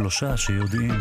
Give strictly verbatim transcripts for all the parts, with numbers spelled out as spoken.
שלושה שיודעים.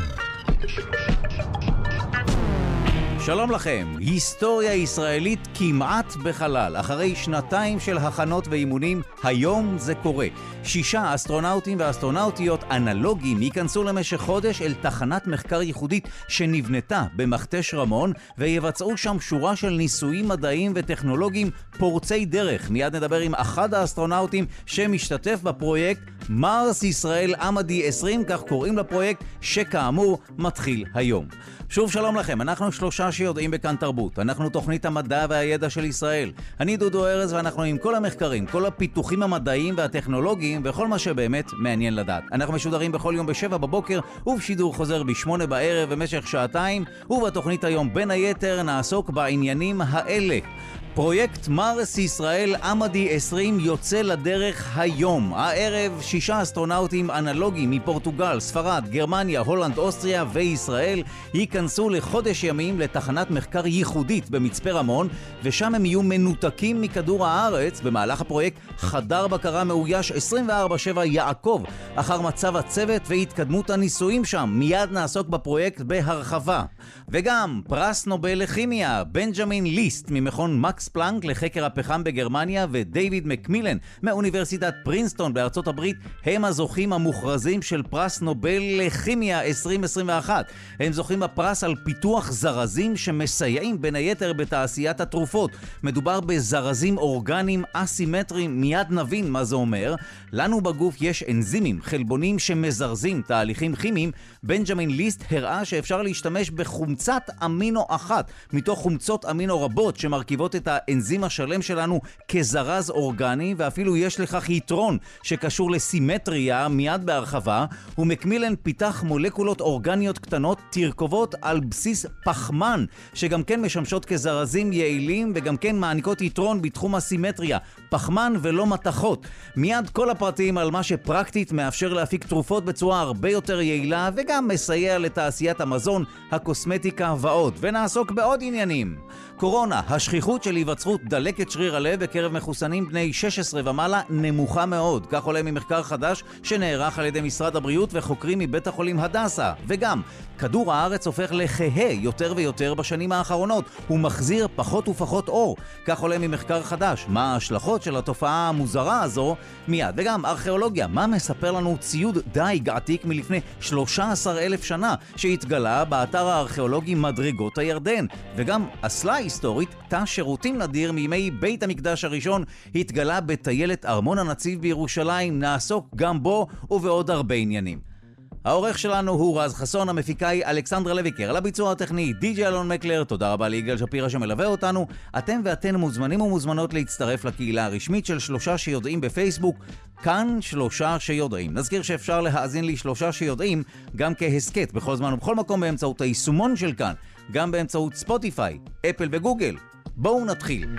שלום לכם, היסטוריה ישראלית כמעט בחלל. אחרי שנתיים של הכנות ואימונים, היום זה קורה. שישה אסטרונאוטים ואסטרונאוטיות אנלוגיים ייכנסו למשך חודש אל תחנת מחקר ייחודית שנבנתה במכתש רמון, ויבצעו שם שורה של ניסויים מדעיים וטכנולוגיים פורצי דרך. מיד נדבר עם אחד האסטרונאוטים שמשתתף בפרויקט מרס ישראל עמדי עשרים, כך קוראים לפרויקט, שכאמור מתחיל היום. שוב שלום לכם, אנחנו שלושה שיודעים בכאן תרבות. אנחנו תוכנית המדע והידע של ישראל. אני דודו ארז ואנחנו עם כל המחקרים, כל הפיתוחים המדעיים והטכנולוגיים וכל מה שבאמת מעניין לדעת. אנחנו משודרים בכל יום בשבע בבוקר ובשידור חוזר בשמונה בערב במשך שעתיים, ובתוכנית היום בין היתר נעסוק בעניינים האלה. פרויקט מרס ישראל עמדי עשרים יוצא לדרך היום. הערב שישה אסטרונאוטים אנלוגיים מפורטוגל, ספרד, גרמניה, הולנד, אוסטריה וישראל ייכנסו לחודש ימים לתחנת מחקר ייחודית במצפה רמון, ושם הם יהיו מנותקים מכדור הארץ. במהלך הפרויקט חדר בקרה מאויש עשרים וארבע שבע יעקב אחר מצב הצוות והתקדמות הניסויים שם. מיד נעסוק בפרויקט בהרחבה. וגם פרס נובל לכימיה, בנג'מין ליסט ממכון מקס פלנק לחקר הפחם בגרמניה ודייוויד מקמילן מאוניברסיטת פרינסטון בארצות הברית הם הזוכים המוכרזים של פרס נובל לכימיה עשרים עשרים ואחת. הם זוכים בפרס על פיתוח זרזים שמסייעים בין היתר בתעשיית התרופות. מדובר בזרזים אורגניים אסימטריים, מיד נבין מה זה אומר. לנו בגוף יש אנזימים, חלבונים שמזרזים תהליכים כימיים. בנג'מין ליסט הראה שאפשר להשתמש בחומצת אמינו אחת מתוך חומצות אמינו רבות שמרכיבות את האנזים השלם שלנו כזרז אורגני, ואפילו יש לכך יתרון שקשור לסימטריה מיד בהרחבה. ומקמילן פיתח מולקולות אורגניות קטנות תרכובות על בסיס פחמן שגם כן משמשות כזרזים יעילים וגם כן מעניקות יתרון בתחום הסימטריה, פחמן ולא מתכות. מיד כל הפרטים על מה שפרקטית מאפשר להפיק תרופות בצורה הרבה יותר יעילה וגם מסייע לתעשיית המזון, הקוסמטיקה ועוד. ונעסוק בעוד עניינים. קורונה, השכיחות של היווצרות דלקת שריר הלב בקרב מחוסנים בני שש עשרה ומעלה נמוכה מאוד. כך עולה ממחקר חדש שנערך על ידי משרד הבריאות וחוקרים מבית החולים הדסה. וגם, כדור הארץ הופך לכהה יותר ויותר בשנים האחרונות. הוא מחזיר פחות ופחות אור. כך עולה ממחקר חדש. מה ההשלכות של התופעה המוזרה הזו? מיד. וגם, ארכיאולוגיה. מה מספר לנו ציוד דייג עתיק מלפני שלושה עשר אלף שנה שהתגלה באתר הארכיאולוגי מדרגות הירדן? וגם, אסלה היסטורית, תא שירותים נדיר מימי בית המקדש הראשון, התגלה בטיילת ארמון הנציב בירושלים. נעסוק גם בו ובעוד הרבה עניינים. העורך שלנו הוא רז חסון, המפיקאי אלכסנדרה לויקר, על הביצוע הטכני די.ג'יי אלון מקלר. תודה רבה ליגאל שפירא שמלווה אותנו. אתם ואתן מוזמנים ומוזמנות להצטרף לקהילה הרשמית של שלושה שיודעים בפייסבוק, כאן שלושה שיודעים. נזכיר שאפשר להאזין לי שלושה שיודעים גם כהסקט בכל זמן ובכל מקום באמצעות היישומון של כאן, גם באמצעות ספוטיפיי, אפל וגוגל. בואו נתחיל.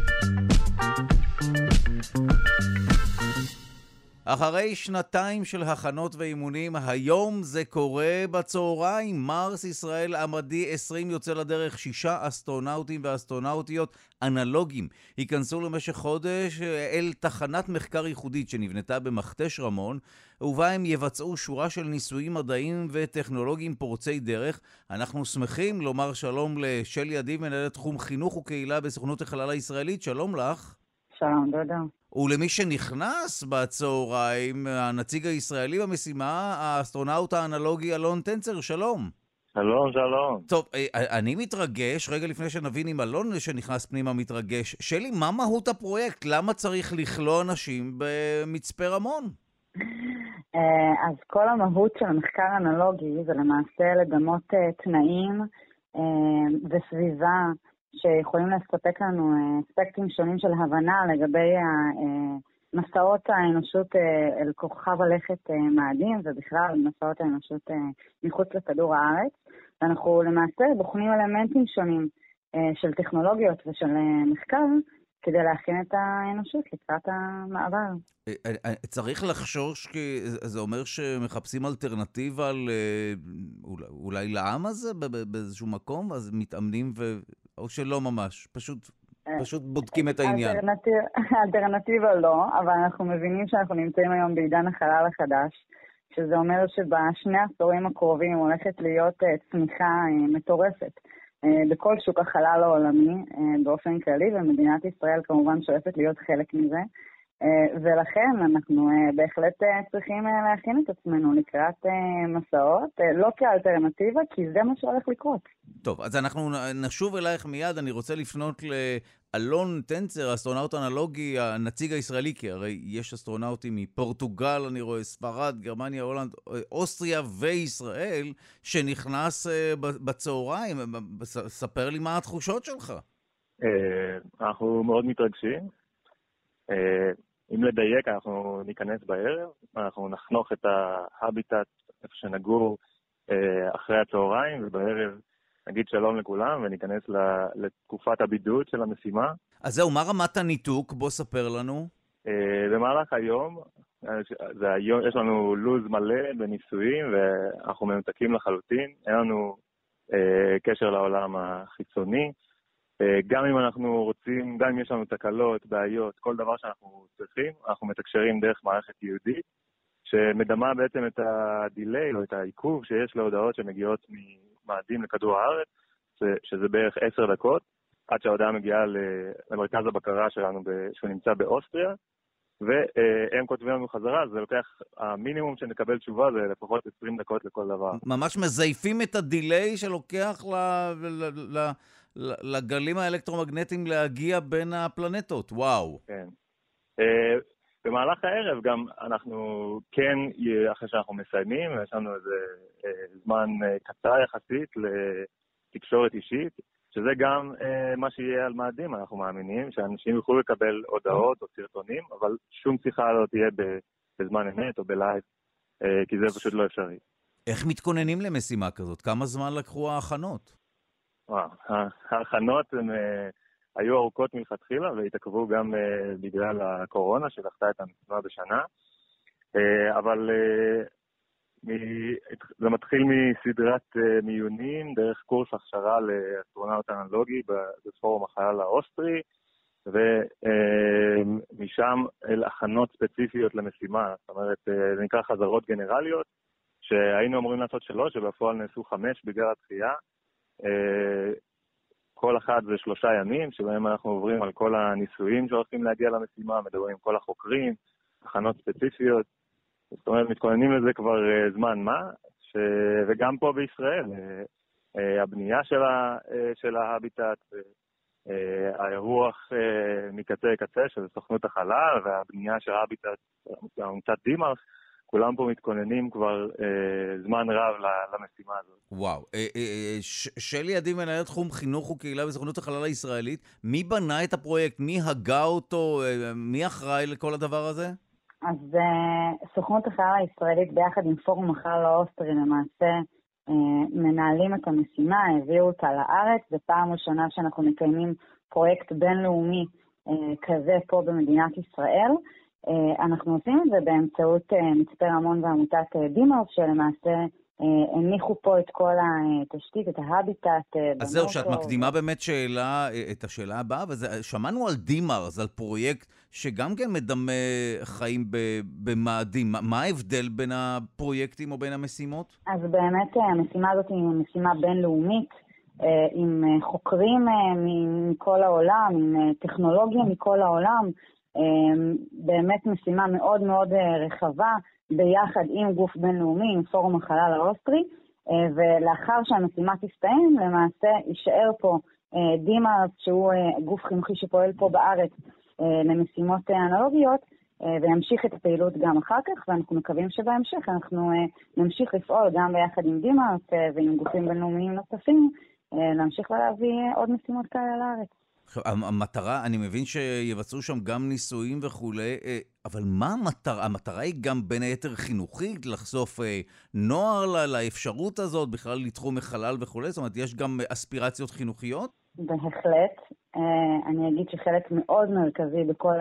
אחרי שנתיים של הכנות ואימונים, היום זה קורה בצהריים. מרס ישראל עמדי עשרים יוצא לדרך. שישה אסטרונאוטים ואסטרונאוטיות אנלוגיים ייכנסו למשך חודש אל תחנת מחקר ייחודית שנבנתה במכתש רמון, ובה הם יבצעו שורה של ניסויים מדעיים וטכנולוגיים פורצי דרך. אנחנו שמחים לומר שלום לשלי אדיב, מנהלת תחום חינוך וקהילה בסוכנות החלל הישראלית. שלום לך. שלום, דודו. ולמי שנכנס בצהריים, הנציג הישראלי במשימה, האסטרונאוט האנלוגי אלון טנצר. שלום. שלום, שלום. טוב, אני מתרגש, רגע לפני שנבין אם אלון שנכנס פנימה מתרגש. שלי, מה מהות הפרויקט? למה צריך לכלוא אנשים במצפה רמון? אז כל המהות של המחקר האנלוגי זה למעשה לדמות תנאים וסביבה שיכולים לספק לנו אספקטים שונים של הבנה לגבי מסעות האנושות אל כוכב הלכת מאדים, ובכלל מסעות האנושות מחוץ לכדור הארץ. ואנחנו למעשה בוחנים אלמנטים שונים של טכנולוגיות ושל מחקר כדי להכין את האנושות לקראת המעבר. צריך לחשוש, כי זה אומר שמחפשים אלטרנטיבה אולי לעם הזה באיזשהו מקום, אז מתאמנים ו... או שלא ממש, פשוט, פשוט בודקים את העניין. האלטרנטיבה לא, אבל אנחנו מבינים שאנחנו נמצאים היום בעידן החלל החדש, שזה אומר שבשני העשורים הקרובים הולכת להיות צמיחה מטורפת בכל שוק החלל העולמי באופן כללי, ומדינת ישראל כמובן שואפת להיות חלק מזה. ולכן אנחנו בהחלט צריכים להכין את עצמנו לקראת מסעות, לא כאלטרנטיבה, כי זה מה שהולך לקרות. טוב, אז אנחנו נשוב אלייך מיד. אני רוצה לפנות לאלון טנצר, אסטרונאוט אנלוגי, הנציג הישראלי, כי הרי יש אסטרונאוטים מפורטוגל, אני רואה, ספרד, גרמניה, הולנד, אוסטריה וישראל, שנכנס בצהריים. ספר לי מה התחושות שלך. אנחנו מאוד מתרגשים. אם לדייק, אנחנו ניכנס בערב, אנחנו נחנוך את ההביטט איפה שנגור אחרי הצהריים, ובערב נגיד שלום לכולם וניכנס לתקופת הבידוד של המשימה. אז זהו, מה רמת הניתוק? בוא ספר לנו. במהלך היום, זה היום, יש לנו לוז מלא בניסויים, ואנחנו מנותקים לחלוטין, אין לנו קשר לעולם החיצוני. גם אם אנחנו רוצים, גם אם יש לנו תקלות, בעיות, כל דבר שאנחנו צריכים, אנחנו מתקשרים דרך מערכת ייעודית, שמדמה בעצם את הדיליי או את העיכוב שיש להודעות שמגיעות ממאדים לכדור הארץ, שזה בערך עשר דקות, עד שההודעה מגיעה למרכז הבקרה שלנו שהוא נמצא באוסטריה, והם כותבים לנו חזרה, זה לוקח, המינימום שנקבל תשובה זה לפחות עשרים דקות לכל דבר. ממש מזייפים את הדיליי שלוקח ל... ל... ל... לגלים האלקטרומגנטיים להגיע בין הפלנטות, וואו. כן. במהלך הערב גם אנחנו כן, אחרי שאנחנו מסיימים, יש לנו איזה זמן קצר יחסית לתקשורת אישית, שזה גם מה שיהיה על מאדים, אנחנו מאמינים, שאנשים יוכלו לקבל הודעות או סרטונים, אבל שום שיחה לא תהיה בזמן אמת או בלייב, כי זה פשוט לא אפשרי. איך מתכוננים למשימה כזאת? כמה זמן לקחו ההכנות? וואו, ההכנות הן היו ארוכות מלכתחילה והתעכבו גם בגלל הקורונה שדחתה את המשימה בשנה, אבל זה מתחיל מסדרת מיונים דרך קורס הכשרה לאסטרונאוט אנלוגי בפורום החלל האוסטרי, ומשם אל הכנות ספציפיות למשימה, זאת אומרת, זה נקרא חזרות גנרליות, שהיינו אמורים לעשות שלוש, ובפועל נעשו חמש בגלל הדחייה. כל אחד זה שלושה ימים, שבהם אנחנו עוברים על כל הניסויים שהולכים להגיע למשימה, מדברים עם כל החוקרים, הכנות ספציפיות, זאת אומרת, מתכוננים לזה כבר זמן מה, ש... וגם פה בישראל, הבנייה של, ה... של ההביטט, האירוח מקצה לקצה, שזה סוכנות החלל, והבנייה של ההביטט, עמותת דימארס, כולם פה מתכוננים כבר אה, זמן רב למשימה הזאת. וואו. אה, אה, ש- שלי עדי מנהלת תחום חינוך וקהילה בסוכנות החלל הישראלית. מי בנה את הפרויקט? מי הגה אותו? אה, מי אחראי לכל הדבר הזה? אז אה, סוכנות החלל הישראלית ביחד עם פורום החלל האוסטרי למעשה אה, מנהלים את המשימה, הביאו אותה לארץ. זה פעם ראשונה שאנחנו מקיימים פרויקט בינלאומי אה, כזה פה במדינת ישראל. אנחנו עושים את זה באמצעות מצפה רמון ועמותת דימארס, שלמעשה הניחו פה את כל התשתית, את ההביטט. אז זהו, שאת מקדימה באמת שאלה, את השאלה הבאה, ושמענו על דימארס, על פרויקט שגם כן מדמה חיים במאדים. מה ההבדל בין הפרויקטים או בין המשימות? אז באמת המשימה הזאת היא משימה בינלאומית, עם חוקרים מכל העולם, עם טכנולוגיה מכל העולם, באמת משימה מאוד מאוד רחבה ביחד עם גוף בינלאומי, עם פורום החלל האוסטרי, ולאחר שהמשימה תסתיים למעשה יישאר פה דימארס, שהוא גוף חינוכי שפועל פה בארץ למשימות אנלוגיות, וימשיך את הפעילות גם אחר כך, ואנחנו מקווים שבהמשך אנחנו נמשיך לפעול גם ביחד עם דימארס ועם גופים בינלאומיים נוספים, להמשיך ולהביא עוד משימות כאלה לארץ. המטרה, אני מבין שיבצעו שם גם ניסויים וכולי, אבל מה המטרה? המטרה היא גם בין היתר חינוכית, לחשוף נוער לאפשרות הזאת, בכלל לתחום החלל וכולי, זאת אומרת, יש גם אספירציות חינוכיות? בהחלט. אני אגיד שחלק מאוד מרכזי בכל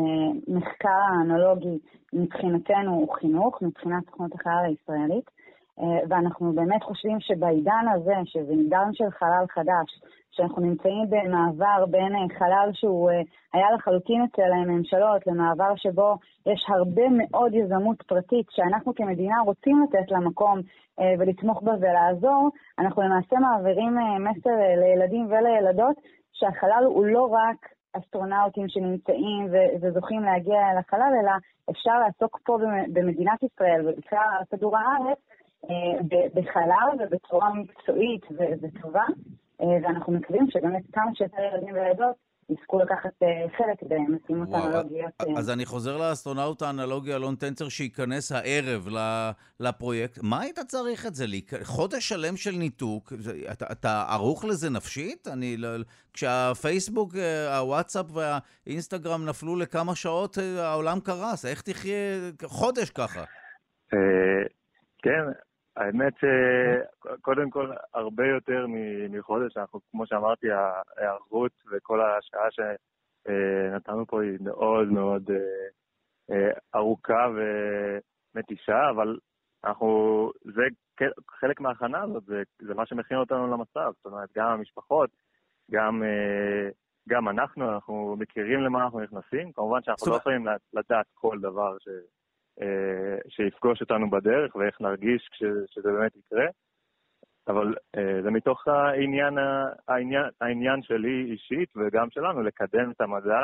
המחקר האנלוגי מבחינתנו הוא חינוך, מבחינת סוכנות החלל הישראלית. ואנחנו באמת חושבים שבעידן הזה, שזה עידן של חלל חדש, שאנחנו נמצאים במעבר בין חלל שהוא היה לחלוטין אצל הממשלות, למעבר שבו יש הרבה מאוד יזמות פרטית, שאנחנו כמדינה רוצים לתת לה מקום ולתמוך בה ולעזור, אנחנו למעשה מעבירים מסר לילדים ולילדות, שהחלל הוא לא רק אסטרונאוטים שנמצאים וזוכים להגיע לחלל, אלא אפשר לעסוק פה במדינת ישראל ובכלל על כדור הארץ, בחלל ובצורה מקצועית וטובה, ואנחנו מקווים שבאמת כמה שיותר ילדים וילדות יזכו לקחת חלק במשימות אנלוגיות. אז אני חוזר לאסטרונאוט האנלוגי אלון טנצר שייכנס הערב לפרויקט. מה היית צריך את זה? חודש שלם של ניתוק? אתה ערוך לזה נפשית? כשהפייסבוק, הוואטסאפ והאינסטגרם נפלו לכמה שעות, העולם קרס. איך תחיה חודש ככה? כן. האמת שקודם כל הרבה יותר מחודש, אנחנו, כמו שאמרתי, ההיערכות וכל השעה שנתנו פה היא מאוד מאוד ארוכה ומתישה, אבל אנחנו, זה חלק מההכנה הזאת, זה, זה מה שמכין אותנו למצב, זאת אומרת, גם המשפחות, גם, גם אנחנו, אנחנו מכירים למה אנחנו נכנסים, כמובן שאנחנו לא יכולים לדעת כל דבר ש... שיפגוש אותנו בדרך ואיך נרגיש כשזה באמת יקרה, אבל זה מתוך העניין, העניין, העניין שלי אישית וגם שלנו לקדם את המדע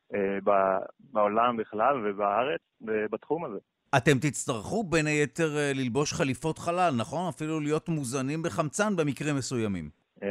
בעולם בכלל ובארץ בתחום הזה. אתם תצטרכו בין היתר ללבוש חליפות חלל, נכון? אפילו להיות מוזנים בחמצן במקרים מסוימים.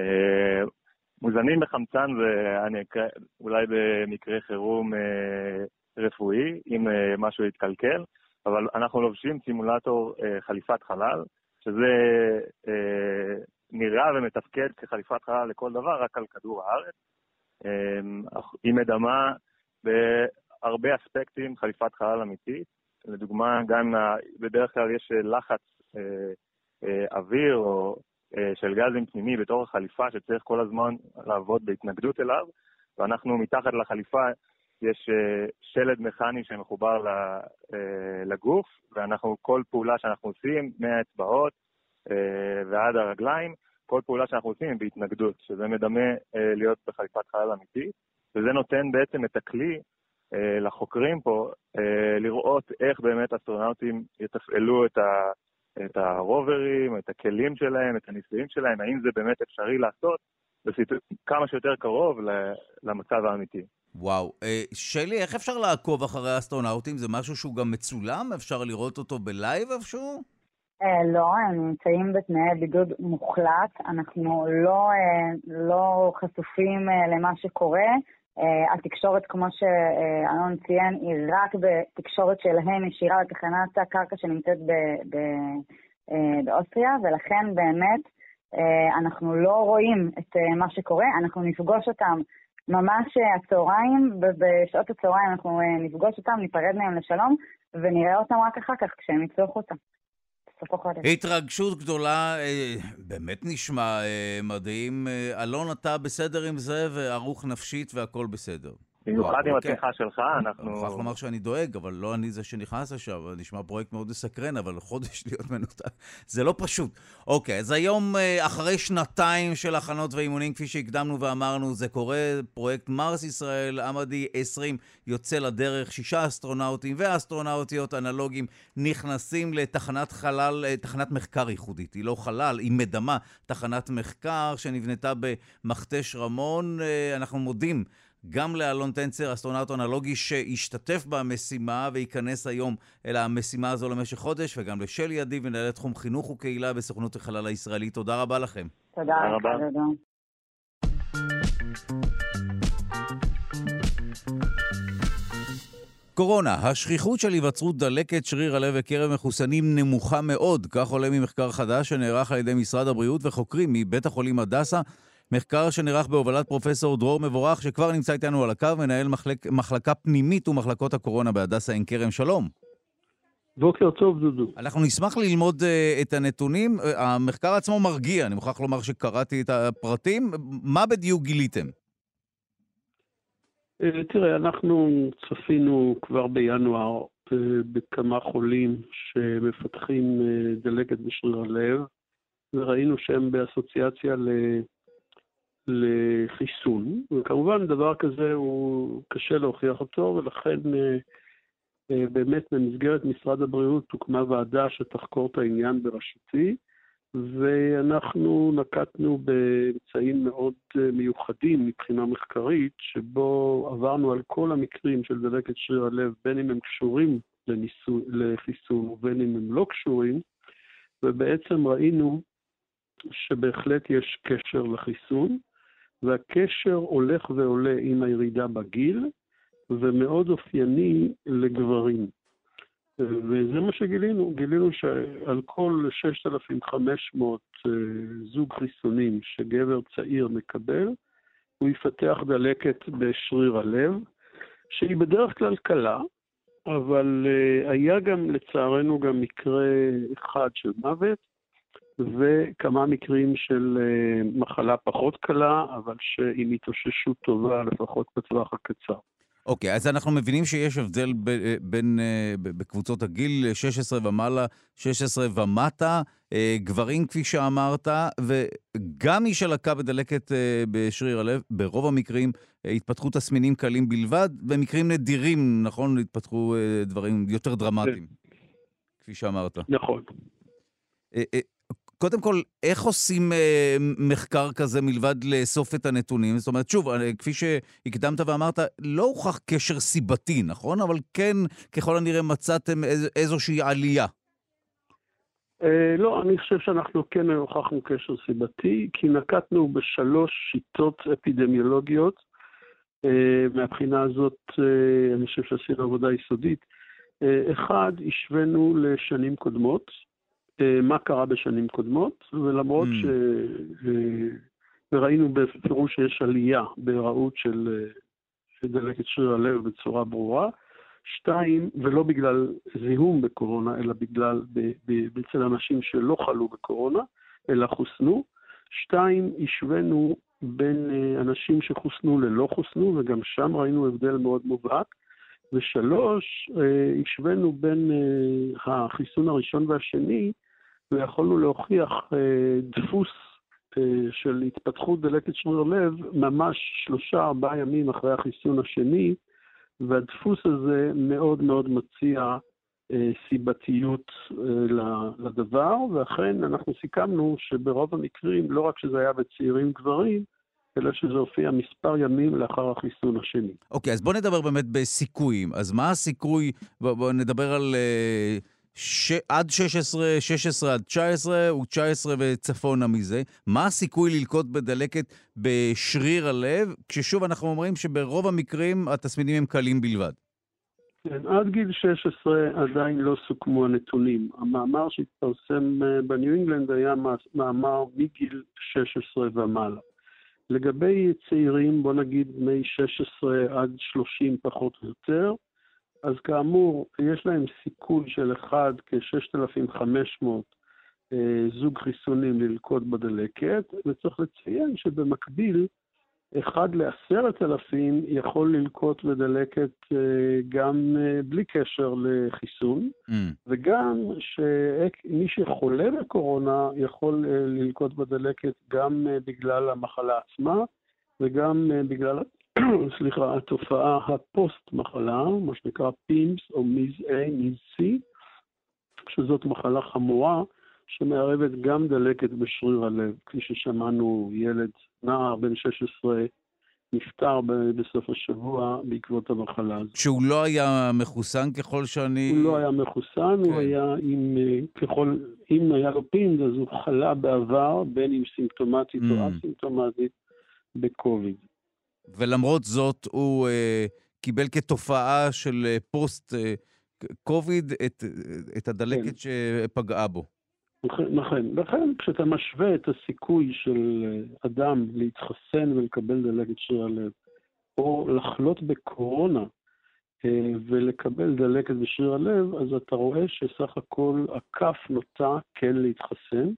מוזנים בחמצן זה אולי במקרה חירום רפואי, אם משהו יתקלקל, אבל אנחנו לובשים סימולטור אה, חליפת חלל, שזה אה, נראה ומתפקד כחליפת חלל לכל דבר, רק על כדור הארץ. אה, היא מדמה בהרבה אספקטים חליפת חלל אמיתית. לדוגמה, גם בדרך כלל יש לחץ אה, אה, אוויר או אה, של גזים פנימי בתור החליפה שצריך כל הזמן לעבוד בהתנגדות אליו, ואנחנו מתחת לחליפה יש שלד מכני שמחובר לגוף, ואנחנו, כל פעולה שאנחנו עושים, מהאצבעות ועד הרגליים, כל פעולה שאנחנו עושים היא בהתנגדות, שזה מדמה להיות בחליפת חלל אמיתית, וזה נותן בעצם את הכלי לחוקרים פה, לראות איך באמת אסטרונאוטים יתפעלו את, ה, את הרוברים, את הכלים שלהם, את הניסויים שלהם, האם זה באמת אפשרי לעשות, כמה שיותר קרוב למצב האמיתי. וואו. שלי, איך אפשר לעקוב אחרי האסטרונאוטים? זה משהו שהוא גם מצולם? אפשר לראות אותו בלייב איפשהו? לא, הם נמצאים בתנאי בידוד מוחלט. אנחנו לא, לא חשופים למה שקורה. התקשורת, כמו שאלון ציין, היא רק בתקשורת שלהם ישירה לתחנת הקרקע שנמצאת באוסטריה, ולכן באמת אנחנו לא רואים את מה שקורה. אנחנו נפגוש אותם ממש הצהריים, בשעות הצהריים אנחנו נפגוש אותם, ניפרד מהם לשלום, ונראה אותם רק אחר כך כשהם יצלחו אותם. בסופו חודש. התרגשות גדולה, באמת נשמע מדהים. אלון, אתה בסדר עם זה וערוך נפשית והכל בסדר? במיוחד עם התמיכה שלך, אנחנו... אני מוכרח לומר שאני דואג, אבל לא אני זה שנכנס עכשיו, נשמע פרויקט מאוד מסקרן, אבל חודש להיות מנותק, זה לא פשוט. אוקיי, אז היום, אחרי שנתיים של הכנות ואימונים, כפי שהקדמנו ואמרנו, זה קורה, פרויקט מרס ישראל, עמדי עשרים, יוצא לדרך, שישה אסטרונאוטים ואסטרונאוטיות אנלוגיים נכנסים לתחנת חלל, תחנת מחקר ייחודית, היא לא חלל, היא מדמה, תחנת מחקר שנבנתה במכתש רמון. אנחנו מודים גם לאלון טנצר, אסטרונאוט אנלוגי שהשתתף במשימה וייכנס היום אל המשימה הזו למשך חודש, וגם לשלי אדיב, מנהלת תחום חינוך וקהילה בסוכנות החלל הישראלית. תודה רבה לכם. תודה רבה. קורונה, השכיחות של היווצרות דלקת שריר הלב וקרב מחוסנים נמוכה מאוד, כך עולה ממחקר חדש שנערך על ידי משרד הבריאות וחוקרים מבית החולים הדסה, מחקר שנערך בהובלת פרופסור דרור מבורך, שכבר נמצא איתנו על הקו, מנהל מחלק, מחלקה פנימית ומחלקות הקורונה בהדסה עין כרם. שלום. בוקר טוב, דודו. אנחנו נשמח ללמוד uh, את הנתונים. Uh, המחקר עצמו מרגיע, אני מוכרח לומר שקראתי את הפרטים. מה בדיוק גיליתם? תראה, אנחנו צפינו כבר בינואר בכמה חולים שמפתחים דלקת בשריר הלב, וראינו שהם באסוציאציה ל... לחיסון, וכמובן דבר כזה הוא קשה להוכיח אותו, ולכן באמת במסגרת משרד הבריאות הוקמה ועדה שתחקור את העניין בראשותי, ואנחנו נקטנו באמצעים מאוד מיוחדים מבחינה מחקרית, שבו עברנו על כל המקרים של דלקת שריר הלב, בין אם הם קשורים לניסו, לחיסון ובין אם הם לא קשורים, ובעצם ראינו שבהחלט יש קשר לחיסון, והקשר הולך ועולה עם הירידה בגיל, ומאוד אופייני לגברים. וזה מה שגילינו, גילינו שעל כל שישת אלפים וחמש מאות זוג חיסונים שגבר צעיר מקבל, הוא יפתח דלקת בשריר הלב, שהיא בדרך כלל קלה, אבל היה גם לצערנו גם מקרה אחד של מוות, וכמה מקרים של מחלה פחות קלה, אבל שעם התאוששות טובה לפחות בטווח הקצר. אוקיי, אז אנחנו מבינים שיש הבדל ב- בין, בקבוצות הגיל שש עשרה ומעלה, שש עשרה ומטה, גברים כפי שאמרת, וגם מי שלקה בדלקת בשריר הלב, ברוב המקרים התפתחו תסמינים קלים בלבד, במקרים נדירים, נכון, התפתחו דברים יותר דרמטיים, כפי שאמרת. נכון. קודם כל, איך עושים אה, מחקר כזה מלבד לאסוף את הנתונים? זאת אומרת, שוב, כפי שהקדמת ואמרת, לא הוכח קשר סיבתי, נכון? אבל כן, ככל הנראה, מצאתם איז, איזושהי עלייה. אה, לא, אני חושב שאנחנו כן הוכחנו קשר סיבתי, כי נקטנו בשלוש שיטות אפידמיולוגיות. אה, מהבחינה הזאת, אה, אני חושב שעשינו עבודה יסודית. אה, אחד, השווינו לשנים קודמות, מה קרה בשנים קודמות, ולמרות ש... וראינו בפירוש שיש עלייה בהיראות של דלקת שריר הלב בצורה ברורה. שתיים, ולא בגלל זיהום בקורונה, אלא בגלל אצל אנשים שלא חלו בקורונה, אלא חוסנו. שתיים, השווינו בין אנשים שחוסנו ללא חוסנו, וגם שם ראינו הבדל מאוד מובהק. ושלוש, השווינו בין החיסון הראשון והשני, ויכולנו להוכיח דפוס של התפתחות דלקת שריר לב ממש שלושה ארבעה ימים אחרי החיסון השני, והדפוס הזה מאוד מאוד מציע סיבתיות לדבר, ואכן אנחנו סיכמנו שברוב המקרים, לא רק שזה היה בצעירים גברים, אלא שזה הופיע מספר ימים לאחר החיסון השני. אוקיי, אז בוא נדבר באמת בסיכויים. אז מה הסיכוי, בוא, בוא נדבר על uh, ש... עד שש עשרה, שש עשרה עד תשע עשרה, ו-תשע עשרה וצפונה מזה. מה הסיכוי ללקות בדלקת בשריר הלב, כששוב אנחנו אומרים שברוב המקרים התסמינים הם קלים בלבד? כן, עד גיל שש עשרה עדיין לא סוכמו הנתונים. המאמר שהתפרסם בניו אינגלנד היה מאמר מגיל שש עשרה ומעלה. לגבי צעירים, בוא נגיד מ-שש עשרה עד שלושים פחות או יותר, אז כאמור, יש להם סיכוי של אחד כ-ששת אלפים וחמש מאות אה, זוג חיסונים ללקות בדלקת, וצריך לציין שבמקביל, אחד לעשרת אלפים יכול ללקות בדלקת אה, גם אה, בלי קשר לחיסון, mm. וגם שמי שחולה בקורונה יכול אה, ללקות בדלקת גם אה, בגלל המחלה עצמה, וגם אה, בגלל, סליחה, התופעה הפוסט-מחלה, מה שנקרא פימס או מיז A, מיז C, שזאת מחלה חמורה, שמערבת גם דלקת בשריר הלב, כפי ששמענו ילד נער בן שש עשרה נפטר בסוף השבוע בעקבות המחלה הזאת. שהוא לא היה מחוסן ככל שאני... הוא לא היה מחוסן, כן. הוא היה עם, ככל, אם היה לו פינד, אז הוא חלה בעבר, בין אם סימפטומטית mm. או אסימפטומטית, בקוביד. ולמרות זאת הוא אה, קיבל כתופעה של אה, פוסט אה, קוביד את, את הדלקת כן. שפגעה בו. נכון, לכן כשאתה משווה את הסיכוי של אדם להתחסן ולקבל דלקת שריר הלב, או לחלות בקורונה ולקבל דלקת בשריר הלב, אז אתה רואה שסך הכל הכף נוטה כן להתחסן,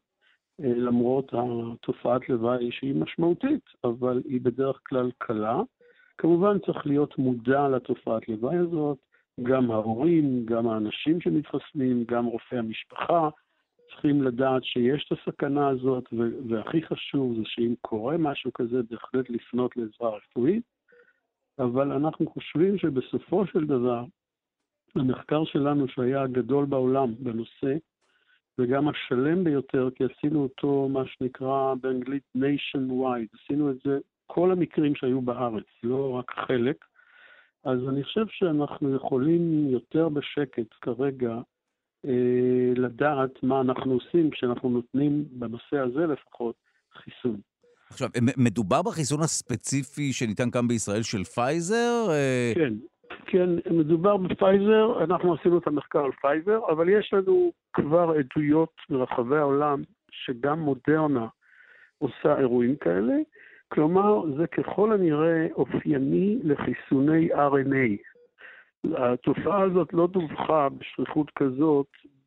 למרות התופעת לוואי שהיא משמעותית, אבל היא בדרך כלל קלה, כמובן צריך להיות מודע לתופעת לוואי הזאת, גם ההורים, גם האנשים שמתחסנים, גם רופאי המשפחה, צריכים לדעת שיש את הסכנה הזאת, והכי חשוב זה שאם קורה משהו כזה, בהחלט לפנות לעזרה רפואית, אבל אנחנו חושבים שבסופו של דבר, המחקר שלנו שהיה הגדול בעולם בנושא, וגם השלם ביותר, כי עשינו אותו מה שנקרא באנגלית nationwide, עשינו את זה כל המקרים שהיו בארץ, לא רק חלק, אז אני חושב שאנחנו יכולים יותר בשקט כרגע, לדעת מה אנחנו עושים כשאנחנו נותנים בנושא הזה לפחות חיסון. עכשיו, מדובר בחיסון הספציפי שניתן כאן בישראל של פייזר? כן, כן, מדובר בפייזר, אנחנו עשינו את המחקר על פייזר, אבל יש לנו כבר עדויות ברחבי העולם שגם מודרנה עושה אירועים כאלה, כלומר זה ככל הנראה אופייני לחיסוני אר אן איי. התופעה הזאת לא דווחה בשכיחות כזאת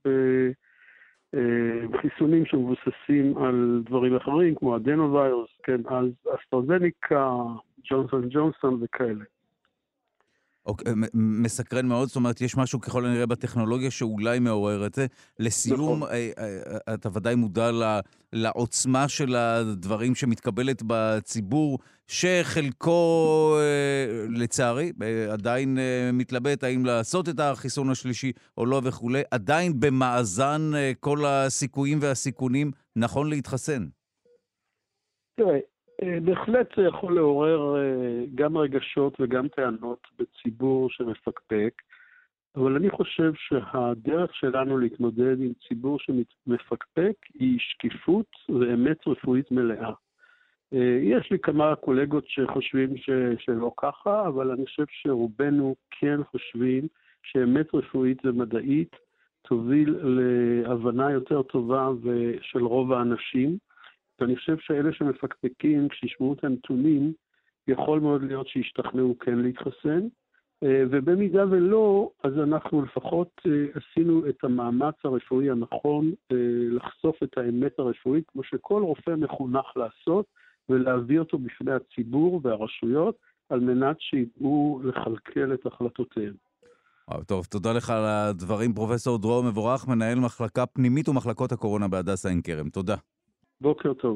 בחיסונים שמבוססים על דברים אחרים, כמו אדנווירוס, כן, אז אסטרזניקה, ג'ונסון ג'ונסון וכאלה. אוקיי, מסקרן מאוד, זאת אומרת, יש משהו ככל הנראה בטכנולוגיה שאולי מעורר את זה. לסיום, אתה ודאי מודע לעוצמה של הדברים שמתקבלת בציבור, שחלקו, לצערי, עדיין מתלבט האם לעשות את החיסון השלישי או לא וכו', עדיין במאזן כל הסיכויים והסיכונים נכון להתחסן. תראה, בהחלט זה יכול לעורר גם רגשות וגם טענות בציבור שמפקפק, אבל אני חושב שהדרך שלנו להתמודד עם ציבור שמפקפק היא שקיפות ואמת רפואית מלאה. יש לי כמה קולגות שחושבים ש, שלא ככה, אבל אני חושב שרובנו כן חושבים שאמת רפואית ומדעית תוביל להבנה יותר טובה של רוב האנשים, ואני חושב שאלה שמפקפקים, כשישמעו את הנתונים, יכול מאוד להיות שישתכנעו כן להתחסן, ובמידה ולא, אז אנחנו לפחות עשינו את המאמץ הרפואי הנכון לחשוף את האמת הרפואית, כמו שכל רופא מחונך לעשות, ולהביא אותו בפני הציבור והרשויות, על מנת שידעו לכלכל את החלטותיהם. טוב, תודה לך על הדברים, פרופסור דרור מבורך, מנהל מחלקה פנימית ומחלקות הקורונה בהדסה עין כרם. תודה. בוקר טוב.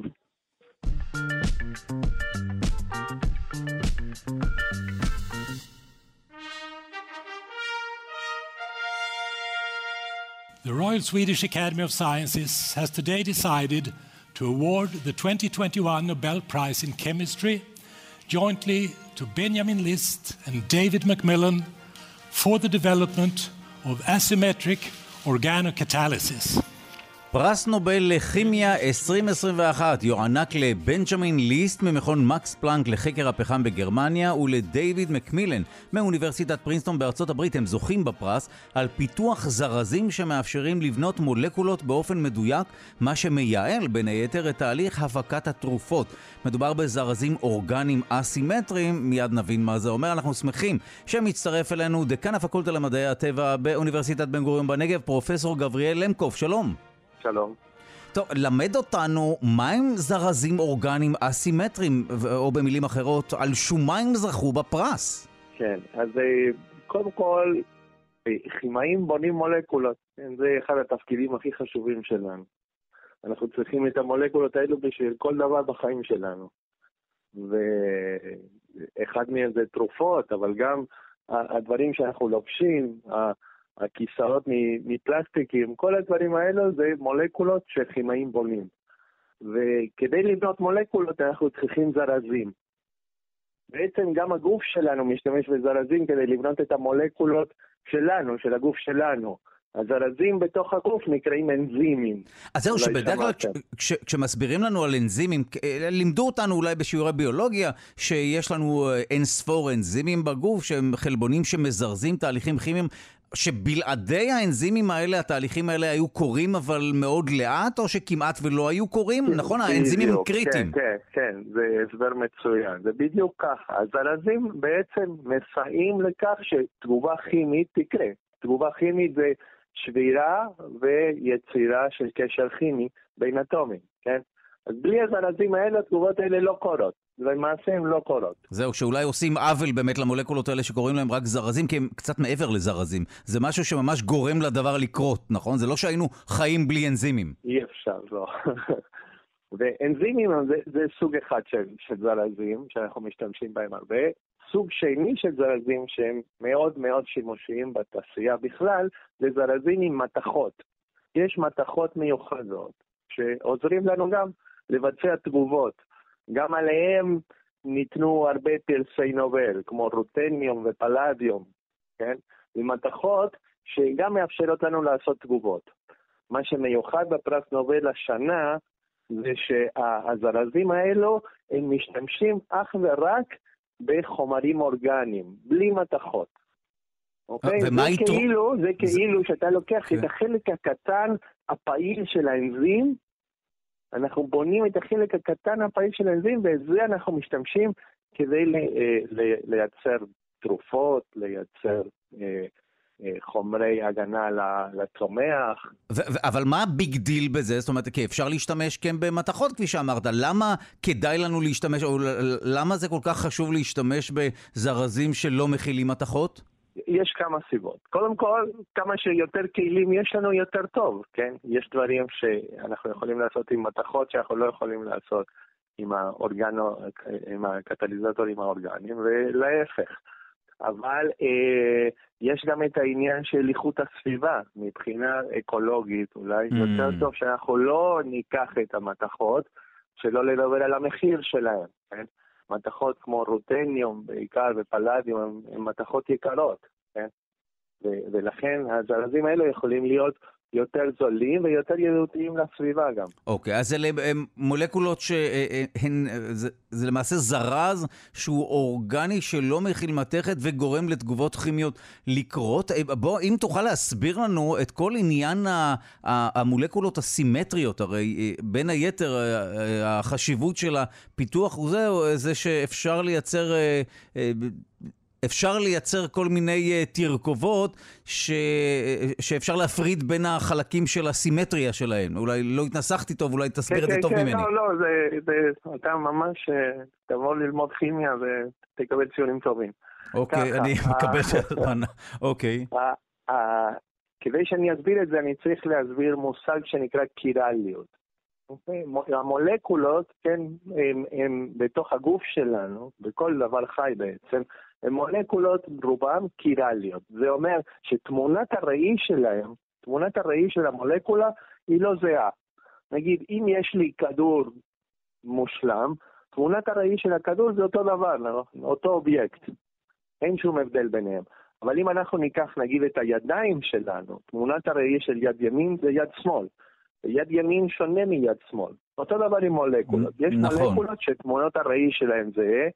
The Royal Swedish Academy of Sciences has today decided to award the twenty twenty-one Nobel Prize in Chemistry jointly to Benjamin List and David Macmillan for the development of asymmetric organocatalysis. פרס נובל לכימיה עשרים עשרים ואחת יוענק לבנג'מין ליסט ממכון מקס פלנק לחקר הפחם בגרמניה ולדייוויד מקמילן מאוניברסיטת פרינסטון בארצות הברית. הם זוכים בפרס על פיתוח זרזים שמאפשרים לבנות מולקולות באופן מדויק, מה שמייעל בין היתר את תהליך הפקת התרופות. מדובר בזרזים אורגניים אסימטריים, מיד נבין מה זה אומר. אנחנו שמחים שמצטרף אלינו דקן הפקולטה למדעי הטבע באוניברסיטת בן גוריון בנגב, פרופסור גבריאל למקוף. שלום. שלום. טוב, למד אותנו מה הם זרזים אורגניים אסימטריים, או במילים אחרות, על שום מה הם זכו בפרס. כן, אז קודם כל, כימאים בונים מולקולות. זה אחד התפקידים הכי חשובים שלנו. אנחנו צריכים את המולקולות האלו בשביל כל דבר בחיים שלנו. ואחד מהם זה תרופות, אבל גם הדברים שאנחנו לובשים, הכיסאות מפלסטיקים, כל הדברים האלו זה מולקולות שכימאים בונים. וכדי לבנות מולקולות אנחנו צריכים זרזים. בעצם גם הגוף שלנו משתמש בזרזים כדי לבנות את המולקולות שלנו, של הגוף שלנו. הזרזים בתוך הגוף נקראים אנזימים. אז זהו, שבדרך כלל כש, כשמסבירים לנו על אנזימים, לימדו אותנו אולי בשיעורי ביולוגיה, שיש לנו אין ספור אנזימים בגוף, שהם חלבונים שמזרזים תהליכים כימיים, שבלעדי האנזימים האלה, התהליכים האלה היו קורים אבל מאוד לאט, או שכמעט ולא היו קורים? נכון, האנזימים הם קריטיים. כן, כן, כן, זה הסבר מצוין. זה בדיוק ככה. הזרזים בעצם מסייעים לכך שתגובה כימית תקרה. תגובה כימית זה שבירה ויצירה של קשר כימי בין אטומים, כן? אז בלי הזרזים האלה, התגובות האלה לא קורות. למעשה הן לא קורות. זהו, שאולי עושים עוול באמת למולקולות האלה שקוראים להם רק זרזים, כי הם קצת מעבר לזרזים. זה משהו שממש גורם לדבר לקרות, נכון? זה לא שהיינו חיים בלי אנזימים. אי אפשר, לא. ואנזימים זה, זה סוג אחד של, של זרזים, שאנחנו משתמשים בהם הרבה. סוג שני של זרזים שהם מאוד מאוד שימושיים בתעשייה בכלל, זה זרזים עם מתכות. יש מתכות מיוחדות, שעוזרים לנו גם לבצע תגובות. גם עליהם ניתנו הרבה פרסי נובל, כמו רוטניום ופלדיום, כן? ומתכות שגם מאפשרות לנו לעשות תגובות. מה שמיוחד בפרס נובל השנה, זה שהזרזים האלו הם משתמשים אך ורק בחומרים אורגניים, בלי מתכות. אוקיי? ומה זה איתו? כאילו, זה כאילו זה... שאתה לוקח כן. את החלק הקטן הפעיל של האנזים, אנחנו בונים את החלק הקטן הפעיל של האנזים, וזה אנחנו משתמשים כדי לייצר תרופות, לייצר חומרי הגנה לצומח. אבל מה הביג דיל בזה? זאת אומרת, כי אפשר להשתמש כן במתכות, כפי שאמרת. למה כדאי לנו להשתמש, או למה זה כל כך חשוב להשתמש בזרזים שלא מכילים מתכות? יש כמה סיבות. קודם כל, כמה שיותר כלים יש לנו יותר טוב, כן? יש דברים שאנחנו יכולים לעשות עם מתכות שאנחנו לא יכולים לעשות עם האורגנו, עם הקטליזטורים האורגניים, ולהפך. אבל אה, יש גם את העניין של איכות הסביבה, מבחינה אקולוגית, אולי mm. יותר טוב שאנחנו לא ניקח את המתכות, שלא לדבר על המחיר שלהם, כן? מתכות כמו רוטניום בעיקר ופלדיום הן מתכות יקרות, כן? ו- ולכן הזרזים האלו יכולים להיות יותר זולים ויותר ידידותיים לסביבה גם. אוקיי, אז אלה הם מולקולות שהן, זה, זה למעשה זרז שהוא אורגני שלא מכיל מתכת וגורם לתגובות כימיות לקרות. בוא, אם תוכל להסביר לנו את כל עניין המולקולות הסימטריות, הרי בין היתר החשיבות של הפיתוח הוא זה, זה שאפשר לייצר... אפשר לייצר כל מיני uh, תרכובות ש... שאפשר להפריד בין החלקים של הסימטריה שלהם. אולי לא התנסחתי טוב, אולי תסביר את זה טוב ממני. לא, לא, זה, זה, אתה ממש תבוא ללמוד כימיה ותקבל ציונים טובים. אוקיי, אני מקבל שהזמן. אוקיי. כדי שאני אסביר את זה, אני צריך להסביר מושג שנקרא קירליות. המולקולות, כן, הם בתוך הגוף שלנו, בכל דבר חי בעצם, הן מולקולות רובן קירליות. זה אומר שתמונת הראי שלהם, תמונת הראי של המולקולה היא לא זהה. נגיד, אם יש לי כדור מושלם, תמונת הראי של הכדור זה אותו דבר, אותו אובייקט. אין שום הבדל ביניהם. אבל אם אנחנו ניקח, נגיד, את הידיים שלנו, תמונת הראי של יד ימין זה יד שמאל. יד ימין שונה מיד שמאל. אותו דבר עם מולקולות. יש נכון. מולקולות שתמונות הראי שלהם זה,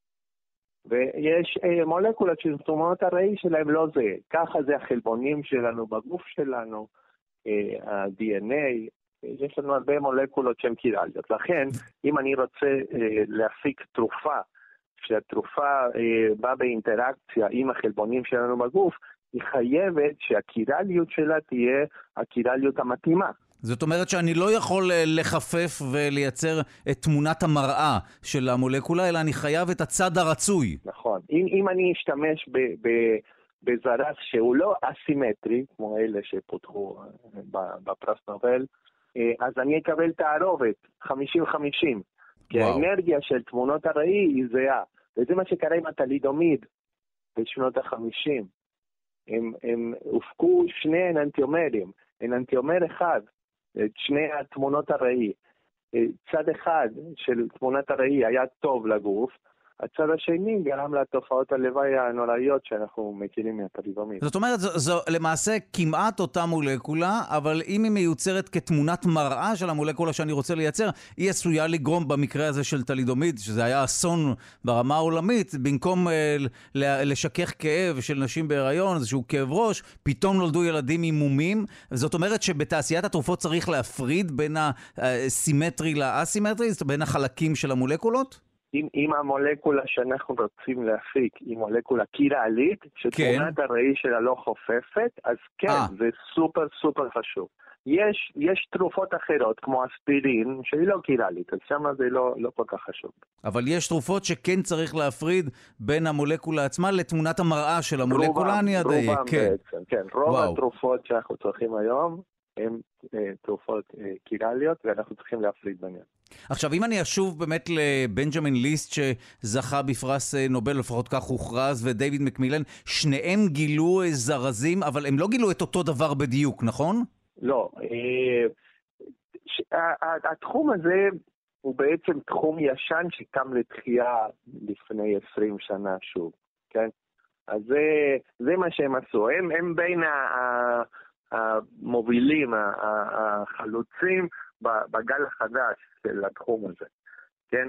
ויש אה, מולקולות שתמונות הראי שלהם לא זה. ככה זה החלבונים שלנו בגוף שלנו, אה, ה-די אן איי, יש לנו הרבה מולקולות שהן קירליות. לכן, אם אני רוצה אה, להפיק תרופה, שהתרופה אה, באה באינטראקציה עם החלבונים שלנו בגוף, היא חייבת שהקירליות שלה תהיה הקירליות המתאימה. זאת אומרת שאני לא יכול לחפף ולייצר את תמונת המראה של המולקולה, אלא אני חייב את הצד הרצוי. נכון. אם, אם אני אשתמש ב, ב, בזרז שהוא לא אסימטרי, כמו אלה שפותחו בפרס נובל, אז אני אקבל תערובת חמישים חמישים. כי האנרגיה של תמונות הראי היא זהה. וזה מה שקרה עם הטלידומיד בשנות החמישים. הם, הם הופקו שני אננטיומרים. אננטיומר אחד, את שני התמונות הראי. צד אחד של תמונת הראי היה טוב לגוף, הצד השני גרם לתופעות הלוואי הנוראיות שאנחנו מכירים מהטלידומיד. זאת אומרת, זו, זו למעשה כמעט אותה מולקולה, אבל אם היא מיוצרת כתמונת מראה של המולקולה שאני רוצה לייצר, היא עשויה לגרום במקרה הזה של טלידומיד, שזה היה אסון ברמה העולמית, במקום אה, לשכך כאב של נשים בהיריון, איזשהו כאב ראש, פתאום נולדו ילדים עם מומים. זאת אומרת שבתעשיית התרופות צריך להפריד בין הסימטרי לאסימטרי, בין החלקים של המולקולות? אם, אם המולקולה שאנחנו רוצים להפיק היא מולקולה קירלית, שתמונת כן. הראי שלה לא חופפת, אז כן, 아. זה סופר סופר חשוב. יש, יש תרופות אחרות, כמו אספירין, שהיא לא קירלית, אז שמה זה לא, לא כל כך חשוב. אבל יש תרופות שכן צריך להפריד בין המולקולה עצמה לתמונת המראה של המולקולה, אני אדייק. רובם כן. בעצם, כן. רוב וואו. התרופות שאנחנו צריכים היום, הן אה, תרופות אה, קירליות, ואנחנו צריכים להפריד ביניהן. עכשיו, אם אני אשוב באמת לבנג'מין ליסט שזכה בפרס נובל, לפחות כך הוכרז, ודייוויד מקמילן, שניהם גילו זרזים, אבל הם לא גילו את אותו דבר בדיוק, נכון? לא. אה, ש... התחום הזה הוא בעצם תחום ישן שקם לתחייה לפני עשרים שנה שוב, כן? אז זה, זה מה שהם עשו. הם, הם בין ה... המובילים, החלוצים בגל החדש של התחום הזה, כן?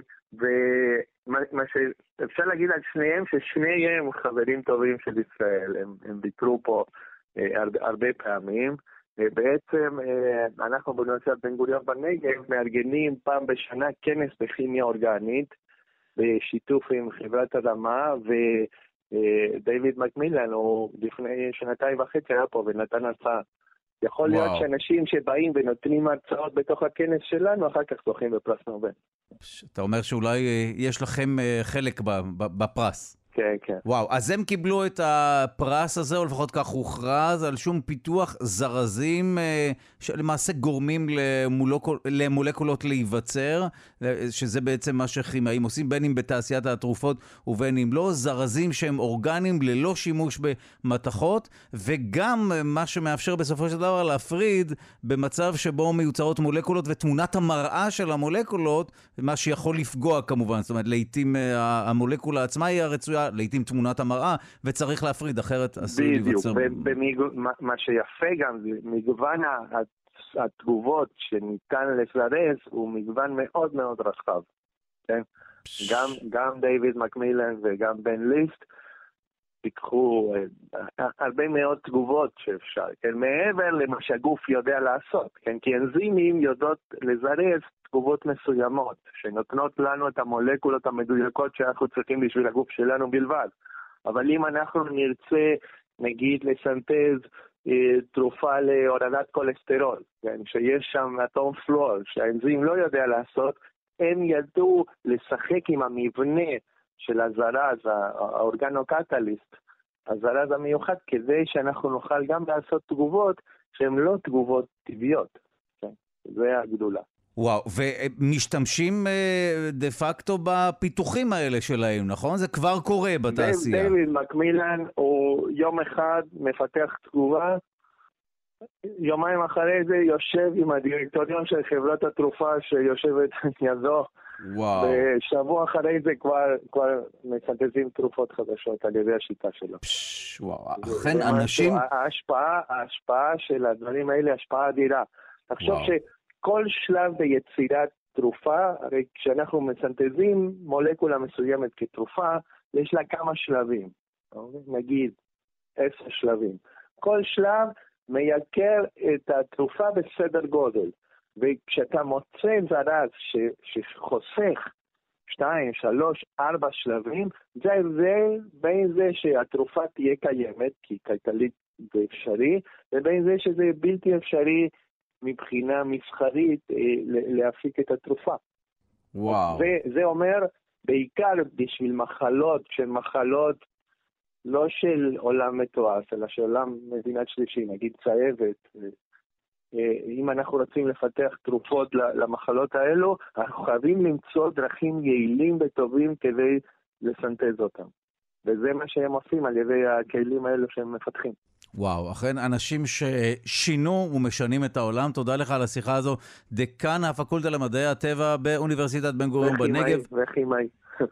ומה שאפשר להגיד על שניהם, ששניהם חברים טובים של ישראל, הם, הם ביקרו פה הרבה, הרבה פעמים, ובעצם אנחנו באוניברסיטת בן גוריון בנגב מארגנים פעם בשנה כנס בכימיה אורגנית, בשיתוף עם חברת אדמה, ו... דיוויד מקמילן, הוא לפני שנתיים וחצי היה פה ונתן הרצאה. יכול להיות וואו. שאנשים שבאים ונותנים הרצאות בתוך הכנס שלנו, אחר כך זוכים בפרס נובל. אתה אומר שאולי יש לכם חלק בפרס. כן, כן. וואו, אז הם קיבלו את הפרס הזה, או לפחות כך הוכרז, על שום פיתוח זרזים שלמעשה גורמים למולקול, למולקולות להיווצר, שזה בעצם מה שכימאים עושים, בין אם בתעשיית התרופות ובין אם לא, זרזים שהם אורגניים ללא שימוש במתכות, וגם מה שמאפשר בסופו של דבר להפריד במצב שבו מיוצרות מולקולות ותמונת המראה של המולקולות, מה שיכול לפגוע כמובן, זאת אומרת, לעתים המולקולה עצמה היא הרצויה, לעתים תמונת המראה, וצריך להפריד, אחרת אסור להיווצר. בדיוק, מה שיפה גם, מגוון התגובות שניתן לזרז, הוא מגוון מאוד מאוד רחב. גם דיוויד מקמילן וגם בן ליסט, פיקחו הרבה מאוד תגובות שאפשר, מעבר למה שהגוף יודע לעשות, כי אנזימים יודעות לזרז תגובות מסוימות, שנותנות לנו את המולקולות המדויקות שאנחנו צריכים בשביל הגוף שלנו בלבד. אבל אם אנחנו נרצה, נגיד, לסנטז אה, תרופה להורדת כולסטרול, כן, שיש שם אטום פלואור, שהאנזים לא יודע לעשות, הם ידעו לשחק עם המבנה של הזרז, האורגנוקטליסט, הזרז המיוחד, כדי שאנחנו נוכל גם לעשות תגובות שהן לא תגובות טבעיות. כן? זה הגדולה. וואו, ומשתמשים דה פקטו בפיתוחים האלה שלהם, נכון? זה כבר קורה בתעשייה. דיוויד מקמילן הוא יום אחד מפתח תגובה, יומיים אחרי זה יושב עם הדירקטוריון של חברת התרופה שיושבת ידו, וואו. ושבוע אחרי זה כבר, כבר מסנטזים תרופות חדשות על ידי השיטה שלו. פש, וואו, אכן אנשים... ההשפעה, ההשפעה של הדברים האלה, השפעה אדירה. תחשוב ש... כל שלב ביצירת תרופה, הרי כשאנחנו מסנטזים מולקולה מסוימת כתרופה, יש לה כמה שלבים, נגיד עשר שלבים. כל שלב מייקר את התרופה בסדר גודל, וכשאתה מוצא זרז ש, שחוסך שתיים, שלוש, ארבע שלבים, זה ההבדל בין זה שהתרופה תהיה קיימת, כי כלכלית זה אפשרי, ובין זה שזה בלתי אפשרי, מבחינה מסחרית להפיק את התרופה. וואו. זה אומר בעיקר בשביל מחלות שהן מחלות לא של עולם מתועש, אלא של עולם מדינת שלישי, נגיד צהבת. אם אנחנו רוצים לפתח תרופות למחלות האלו, אנחנו חייבים למצוא דרכים יעילים וטובים כדי לסנטז אותם. וזה מה שהם עושים על ידי הכלים האלו שהם מפתחים. וואו, אכן אנשים ששינו ומשנים את העולם. תודה לך על השיחה הזו. דקן הפקולטה למדעי הטבע באוניברסיטת בן גוריון בנגב. וכימאי.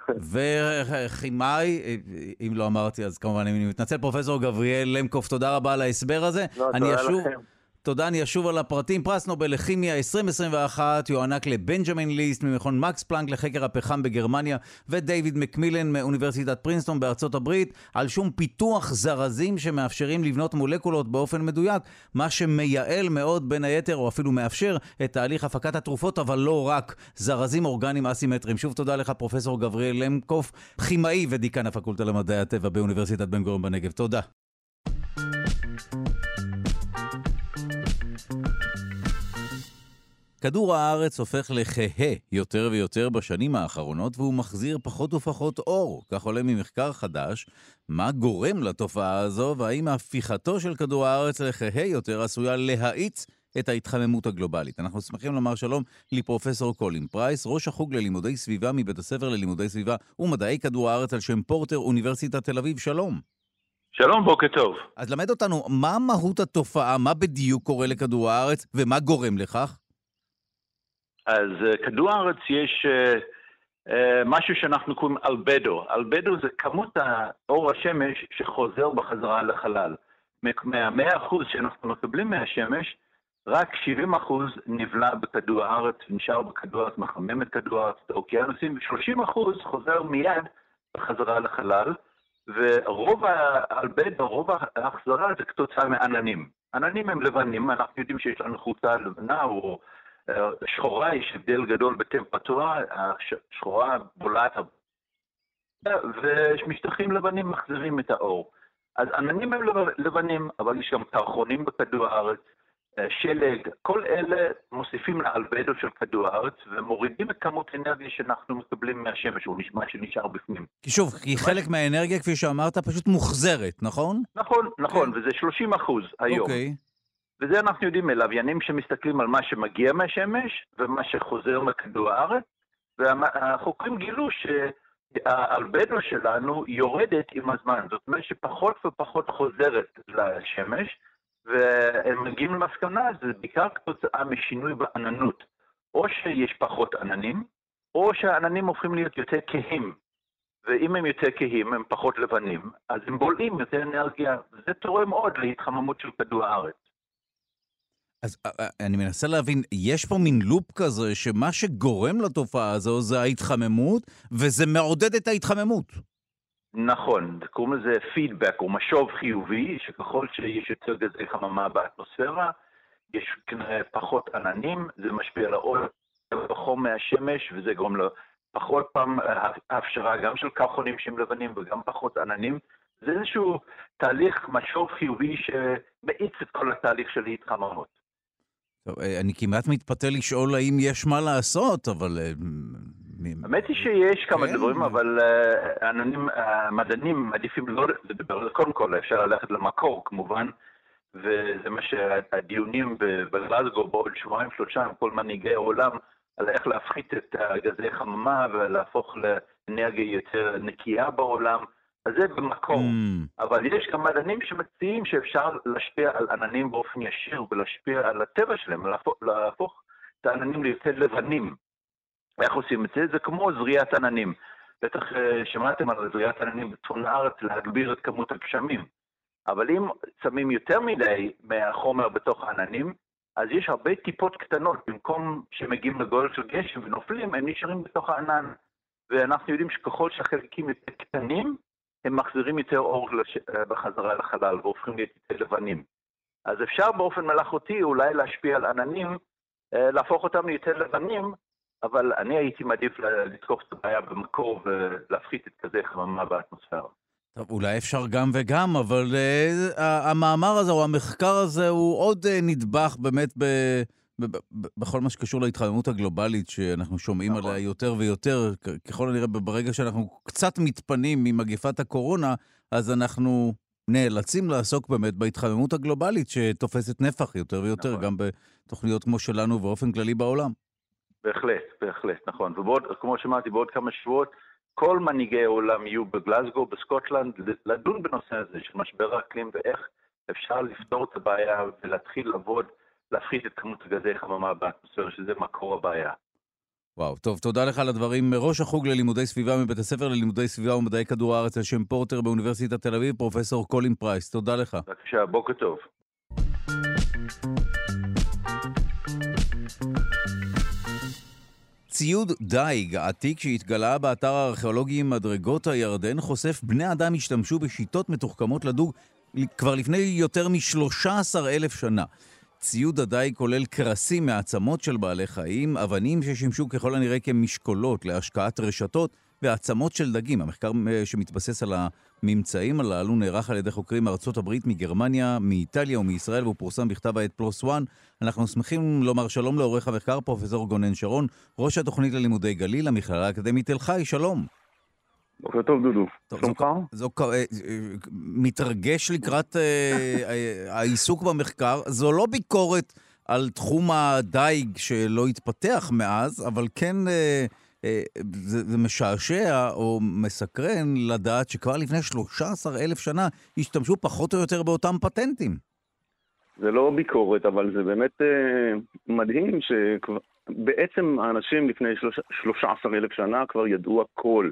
וכימאי, אם לא אמרתי אז כמובן אני מתנצל. פרופסור גבריאל למקוף, תודה רבה על ההסבר הזה. לא, תודה אשוב... לכם. תודה, אני אשוב על הפרטים. פרס נובל לכימיה עשרים עשרים ואחת יוענק לבנג'מין ליסט ממכון מקס פלנק לחקר הפחם בגרמניה, ודייוויד מקמילן מאוניברסיטת פרינסטון בארצות הברית, על שום פיתוח זרזים שמאפשרים לבנות מולקולות באופן מדויק, מה שמייעל מאוד בין היתר, או אפילו מאפשר את תהליך הפקת התרופות, אבל לא רק זרזים אורגניים אסימטריים. שוב תודה לך פרופסור גבריאל למקוף, כימאי ודיקן הפקולטה למדעי הטבע באוניברסיטת בן גוריון בנגב. תודה. כדור הארץ הופך לכהה יותר ויותר בשנים האחרונות, והוא מחזיר פחות ופחות אור. כך עולה ממחקר חדש, מה גורם לתופעה הזו, והאם הפיכתו של כדור הארץ לכהה יותר עשויה להאיץ את ההתחממות הגלובלית. אנחנו שמחים לומר שלום לפרופסור קולין פרייס, ראש החוג ללימודי סביבה מבית הספר ללימודי סביבה ומדעי כדור הארץ על שם פורטר, אוניברסיטת תל אביב. שלום. שלום, בוקר טוב. אז למד אותנו, מה מהות התופעה, מה בדיוק קורה לכדור הארץ ומה גורם לכך? אז uh, כדור הארץ יש uh, uh, משהו שאנחנו קוראים אלבדו. אלבדו זה כמות האור השמש שחוזר בחזרה לחלל. מה-מאה אחוז שאנחנו מקבלים מהשמש, רק שבעים אחוז נבלע בכדור הארץ, נשאר בכדור הארץ, מחמם את כדור הארץ, האוקיינוסים, ו-שלושים אחוז חוזר מיד בחזרה לחלל, ורוב האלבדו, רוב ההחזרה זה כתוצאה מעננים. עננים הם לבנים, אנחנו יודעים שיש לנו חולצה לבנה או שחורה, יש הבדל גדול בטמפרטורה, השחורה בולעת ומשטחים לבנים מחזירים את האור. אז עננים הם לבנים, אבל יש גם קרחונים בכדור הארץ, שלג, כל אלה מוסיפים לאלבדו של כדור הארץ ומורידים את כמות אנרגיה שאנחנו מקבלים מהשמש, או נשמע שנשאר בפנים. כי שוב, כי חלק מהאנרגיה, כפי שאמרת, פשוט מוחזרת, נכון? נכון, נכון, וזה שלושים אחוז היום. אוקיי. וזה אנחנו יודעים מלוויינים שמסתכלים על מה שמגיע מהשמש ומה שחוזר מכדור הארץ, והחוקרים גילו שהאלבדו שלנו יורדת עם הזמן, זאת אומרת שפחות ופחות חוזרת לשמש, והם מגיעים למסקנה, זה בעיקר כתוצאה משינוי בעננות. או שיש פחות עננים, או שהעננים הופכים להיות יותר כהים. ואם הם יותר כהים, הם פחות לבנים, אז הם בולעים יותר אנרגיה. זה תורם מאוד להתחממות של כדור הארץ. אז אני מנסה להבין, יש פה מין לופ כזה, שמה שגורם לתופעה הזו זה ההתחממות, וזה מעודד את ההתחממות. נכון, קוראים לזה פידבק או משוב חיובי, שככל שיש יותר גזי חממה באטמוספירה, יש כנראה פחות עננים, זה משפיע על האור בחום מהשמש, וזה גורם לפחות פעם ההפשרה גם של קרחונים שהם לבנים וגם פחות עננים. זה איזשהו תהליך משוב חיובי שמאיץ את כל התהליך של ההתחממות. טוב, אני כמעט מתפתה לשאול האם יש מה לעשות, אבל... האמת היא שיש כמה דברים, אבל המדענים עדיפים לא לדבר על זה. קודם כל, אפשר ללכת למקור, כמובן, וזה מה שהדיונים בגלזגו בעוד שבועיים, שלושה, עם כל מנהיגי העולם, על איך להפחית את גזי חממה ולהפוך לאנרגיה יותר נקייה בעולם. אז זה במקור. אבל יש גם מדענים שמציעים שאפשר להשפיע על עננים באופן ישיר ולהשפיע על הטבע שלהם, להפוך את העננים ליותר לבנים. איך עושים את זה? זה כמו זריעת עננים. בטח שמעתם על זריעת עננים בצפון הארץ להגביר את כמות הגשמים. אבל אם שמים יותר מדי מהחומר בתוך העננים, אז יש הרבה טיפות קטנות, במקום שמגיעים לגודל של גשם ונופלים, הם נשארים בתוך הענן. ואנחנו יודעים שככל שהחלקים יותר קטנים, הם מחזירים יותר אור בחזרה לחלל והופכים להיות יותר לבנים. אז אפשר באופן מלאכותי אולי להשפיע על עננים, להפוך אותם ליותר לבנים, אבל אני הייתי מעדיף לתקוף את הבעיה במקור ולהפחית את כזה חממה באטמוספירה. טוב, אולי אפשר גם וגם, אבל uh, המאמר הזה או המחקר הזה הוא עוד uh, נדבך באמת ב, ב, ב, ב, בכל מה שקשור להתחממות הגלובלית שאנחנו שומעים נכון. עליה יותר ויותר. ככל הנראה ברגע שאנחנו קצת מתפנים ממגפת הקורונה, אז אנחנו נאלצים לעסוק באמת בהתחממות הגלובלית שתופסת נפח יותר ויותר, נכון. גם בתוכניות כמו שלנו ובאופן כללי בעולם. בהחלט, בהחלט, נכון. ובעוד, כמו שאמרתי, בעוד כמה שבועות, כל מנהיגי העולם יהיו בגלזגו, בסקוטלנד, לדון בנושא הזה של משבר האקלים ואיך אפשר לפתור את הבעיה ולהתחיל לעבוד, להפחית את כמות גזי חממה באטמוספירה, שזה מקור הבעיה. וואו, טוב, תודה לך על הדברים. ראש החוג ללימודי סביבה מבית הספר ללימודי סביבה ומדעי כדור הארץ על שם פורטר באוניברסיטת תל אביב, פרופסור קולין פרייס. תודה לך. בבקשה, בוקר טוב. ציוד דייג העתיק שהתגלה באתר הארכיאולוגי מדרגות הירדן חושף בני אדם השתמשו בשיטות מתוחכמות לדוג כבר לפני יותר מ-שלושה עשר אלף שנה. ציוד הדייג כולל קרסים מעצמות של בעלי חיים, אבנים ששימשו ככל הנראה כמשקולות להשקעת רשתות ועצמות של דגים. המחקר שמתבסס על הממצאים הללו נערך על ידי חוקרים מארצות הברית, מגרמניה, מאיטליה ומישראל, והוא פורסם בכתב העת פלוס וואן. אנחנו שמחים לומר שלום לעורך המחקר, פרופסור גונן שרון, ראש התוכנית ללימודי גליל, המכללה האקדמית תל חי. שלום. בוקר טוב, דודו. שלומך? זו מתרגש לקראת העיסוק במחקר. זו לא ביקורת על תחום הדייג שלא התפתח מאז, אבל כן זה, זה משעשע או מסקרן לדעת שכבר לפני שלושה עשר אלף שנה השתמשו פחות או יותר באותם פטנטים. זה לא ביקורת, אבל זה באמת מדהים שבעצם האנשים לפני שלושה עשר אלף שנה כבר ידעו הכל.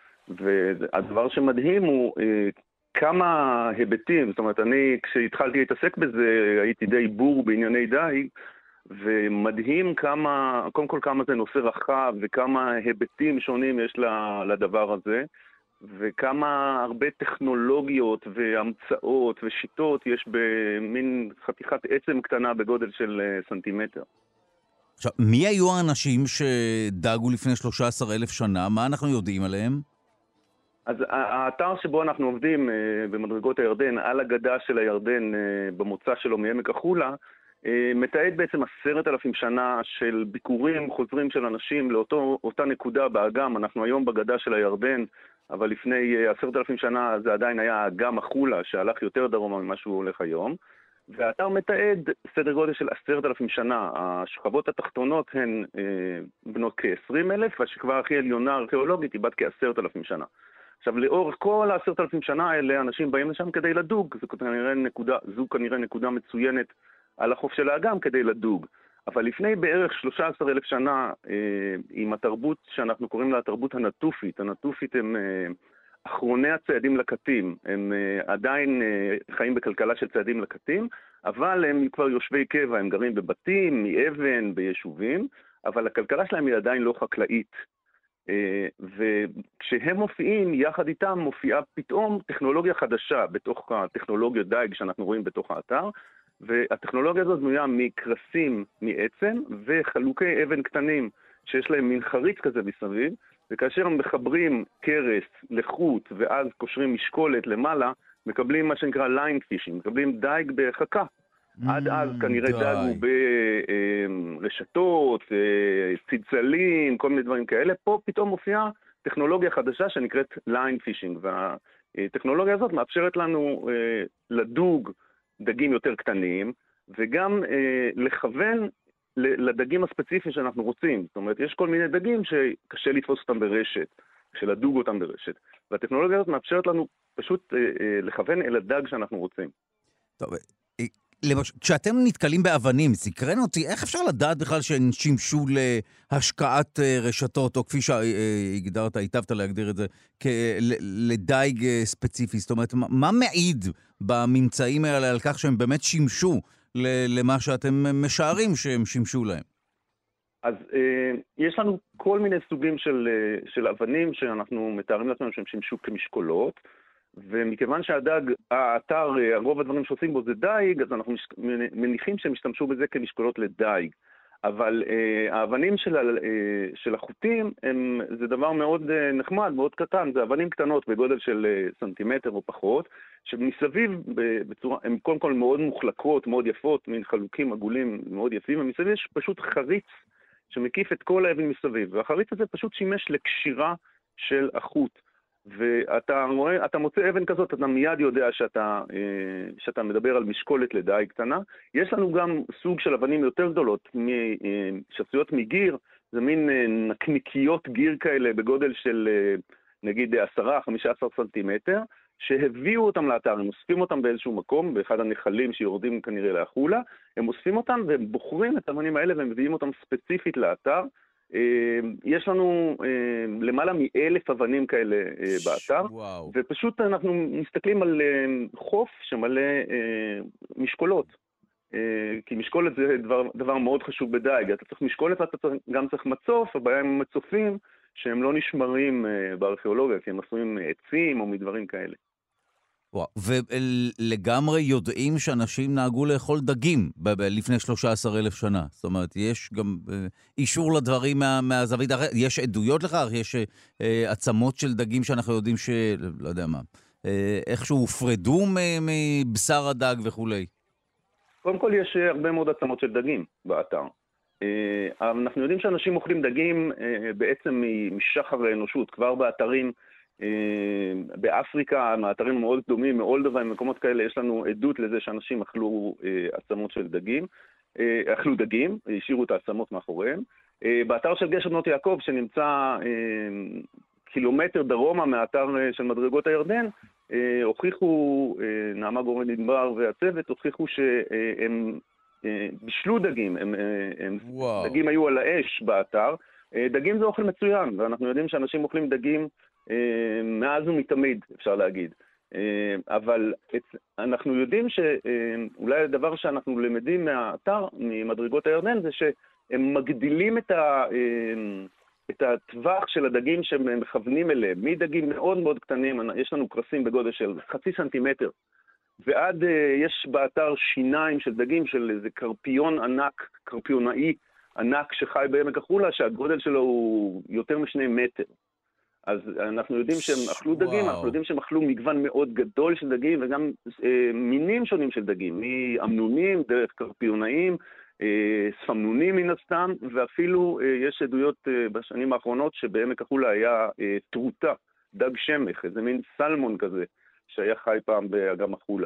והדבר שמדהים הוא כמה היבטים, זאת אומרת, אני כשהתחלתי להתעסק בזה הייתי די בור בענייני דייג, ומדהים כמה, קודם כל כמה זה נושא רחב וכמה היבטים שונים יש לדבר הזה, וכמה הרבה טכנולוגיות והמצאות ושיטות יש במין חתיכת עצם קטנה בגודל של סנטימטר. עכשיו, מי היו האנשים שדאגו לפני שלושה עשר אלף שנה? מה אנחנו יודעים עליהם? אז האתר שבו אנחנו עובדים במדרגות הירדן, על הגדה של הירדן במוצא שלו מעמק החולה, מתעד בעצם עשרת אלפים שנה של ביקורים חוזרים של אנשים לאותה נקודה באגם. אנחנו היום בגדה של הירדן, אבל לפני עשרת אלפים שנה זה עדיין היה האגם החולה שהלך יותר דרומה ממה שהוא הולך היום. והאתר מתעד סדר גודל של עשרת אלפים שנה. השכבות התחתונות הן בנות כ-עשרים אלף, והשכבה הכי עליונה ארכיאולוגית היא בת כ-עשרת אלפים שנה. עכשיו, לאורך כל העשרת אלפים שנה האלה, אנשים באים לשם כדי לדוג. זו כנראה נקודה, זו כנראה נקודה מצוינת על החוף של האגם כדי לדוג. אבל לפני בערך שלושה עשר אלף שנה, אה, עם התרבות שאנחנו קוראים לה התרבות הנטופית, הנטופית הם אה, אחרוני הציידים לקטים. הם אה, עדיין אה, חיים בכלכלה של ציידים לקטים, אבל הם כבר יושבי קבע, הם גרים בבתים, מאבן, ביישובים, אבל הכלכלה שלהם היא עדיין לא חקלאית. וכשהם מופיעים, יחד איתם מופיעה פתאום טכנולוגיה חדשה בתוך הטכנולוגיות דייג שאנחנו רואים בתוך האתר, והטכנולוגיה הזאת בנויה מקרסים מעצם וחלוקי אבן קטנים שיש להם מין חריץ כזה מסביב, וכאשר הם מחברים קרס לחוט ואז קושרים משקולת למעלה, מקבלים מה שנקרא ליין פישינג, מקבלים דייג בחכה. עד אז כנראה דגו ברשתות, צלצלים, כל מיני דברים כאלה. פה פתאום מופיעה טכנולוגיה חדשה שנקראת ליין פישינג, והטכנולוגיה הזאת מאפשרת לנו לדוג דגים יותר קטנים, וגם לכוון לדגים הספציפיים שאנחנו רוצים. זאת אומרת, יש כל מיני דגים שקשה לתפוס אותם ברשת, קשה לדוג אותם ברשת, והטכנולוגיה הזאת מאפשרת לנו פשוט לכוון אל הדג שאנחנו רוצים. טוב, למש... כשאתם נתקלים באבנים, סקרן אותי, איך אפשר לדעת בכלל שהן שימשו להשקעת רשתות, או כפי שהגדרת, היטבת להגדיר את זה, לדייג ספציפי? זאת אומרת, מה מעיד בממצאים האלה על כך שהם באמת שימשו למה שאתם משערים שהם שימשו להם? אז אה, יש לנו כל מיני סוגים של, של אבנים שאנחנו מתארים לעצמנו שהם שימשו כמשקולות, ומכיוון שהדג, האתר, הרוב הדברים שעושים בו זה דייג, אז אנחנו מניחים שהם השתמשו בזה כמשקולות לדייג. אבל אה, האבנים של, אה, של החוטים הם, זה דבר מאוד אה, נחמד, מאוד קטן. זה אבנים קטנות בגודל של אה, סנטימטר או פחות, שמסביב בצורה, הן קודם כל מאוד מוחלקות, מאוד יפות, מין חלוקים עגולים מאוד יפים, ומסביב יש פשוט חריץ שמקיף את כל האבן מסביב. והחריץ הזה פשוט שימש לקשירה של החוט. ואתה רואה, אתה מוצא אבן כזאת, אתה מיד יודע שאתה, שאתה מדבר על משקולת לדייג קטנה. יש לנו גם סוג של אבנים יותר גדולות, שעשויות מגיר, זה מין נקניקיות גיר כאלה בגודל של נגיד עשרה, חמישה עשר סנטימטר, שהביאו אותם לאתר, הם אוספים אותם באיזשהו מקום, באחד הנחלים שיורדים כנראה לאחולה, הם אוספים אותם והם בוחרים את האבנים האלה והם מביאים אותם ספציפית לאתר. יש לנו למעלה מאלף אבנים כאלה באתר, ופשוט אנחנו מסתכלים על חוף שמלא משקולות, כי משקולת זה דבר, דבר מאוד חשוב בדייג. אתה צריך משקולת ואתה גם צריך מצוף, הבעיה עם מצופים שהם לא נשמרים בארכיאולוגיה, כי הם עשויים מעצים או מדברים כאלה. וואו, ולגמרי יודעים שאנשים נהגו לאכול דגים ב- ב- לפני שלושה עשר אלף שנה. זאת אומרת, יש גם אה, אישור לדברים מה, מהזווית אחרת. יש עדויות לכך, יש אה, עצמות של דגים שאנחנו יודעים ש... לא יודע מה. אה, איכשהו הופרדו מ- מבשר הדג וכולי. קודם כל יש הרבה מאוד עצמות של דגים באתר. אה, אנחנו יודעים שאנשים אוכלים דגים אה, בעצם משחר האנושות, כבר באתרים, באפריקה, מהאתרים מאוד דומים, מאולדובה, במקומות כאלה, יש לנו עדות לזה שאנשים אכלו עצמות של דגים, אכלו דגים, השאירו את העצמות מאחוריהם. באתר של גשר בנות יעקב, שנמצא קילומטר דרומה מהאתר של מדרגות הירדן, הוכיחו, נעמה גורן ענבר והצוות, הוכיחו שהם בישלו דגים, הם, הם, דגים היו על האש באתר. דגים זה אוכל מצוין, ואנחנו יודעים שאנשים אוכלים דגים מאז ומתמיד, אפשר להגיד. אבל אנחנו יודעים שאולי הדבר שאנחנו למדים מהאתר, ממדרגות הירדן, זה שהם מגדילים את ה... את הטווח של הדגים שהם מכוונים אליהם, מדגים מאוד מאוד קטנים, יש לנו קרסים בגודל של חצי סנטימטר, ועד יש באתר שיניים של דגים של איזה קרפיון ענק, קרפיונאי ענק שחי בעמק החולה, שהגודל שלו הוא יותר משני מטר. אז אנחנו יודעים שהם אכלו דגים, אנחנו יודעים שהם אכלו מגוון מאוד גדול של דגים, וגם אה, מינים שונים של דגים, מאמנונים, דרך קרפיונאים, אה, ספמנונים מן הסתם, ואפילו אה, יש עדויות אה, בשנים האחרונות שבעמק החולה היה אה, טרוטה, דג שמך, איזה מין סלמון כזה, שהיה חי פעם באגם החולה.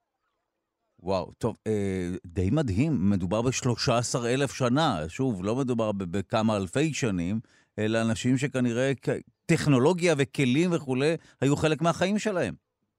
וואו, טוב, אה, די מדהים, מדובר ב-שלושה עשר אלף שנה, שוב, לא מדובר בכמה אלפי שנים, אלא אנשים שכנראה טכנולוגיה וכלים וכולי היו חלק מהחיים שלהם.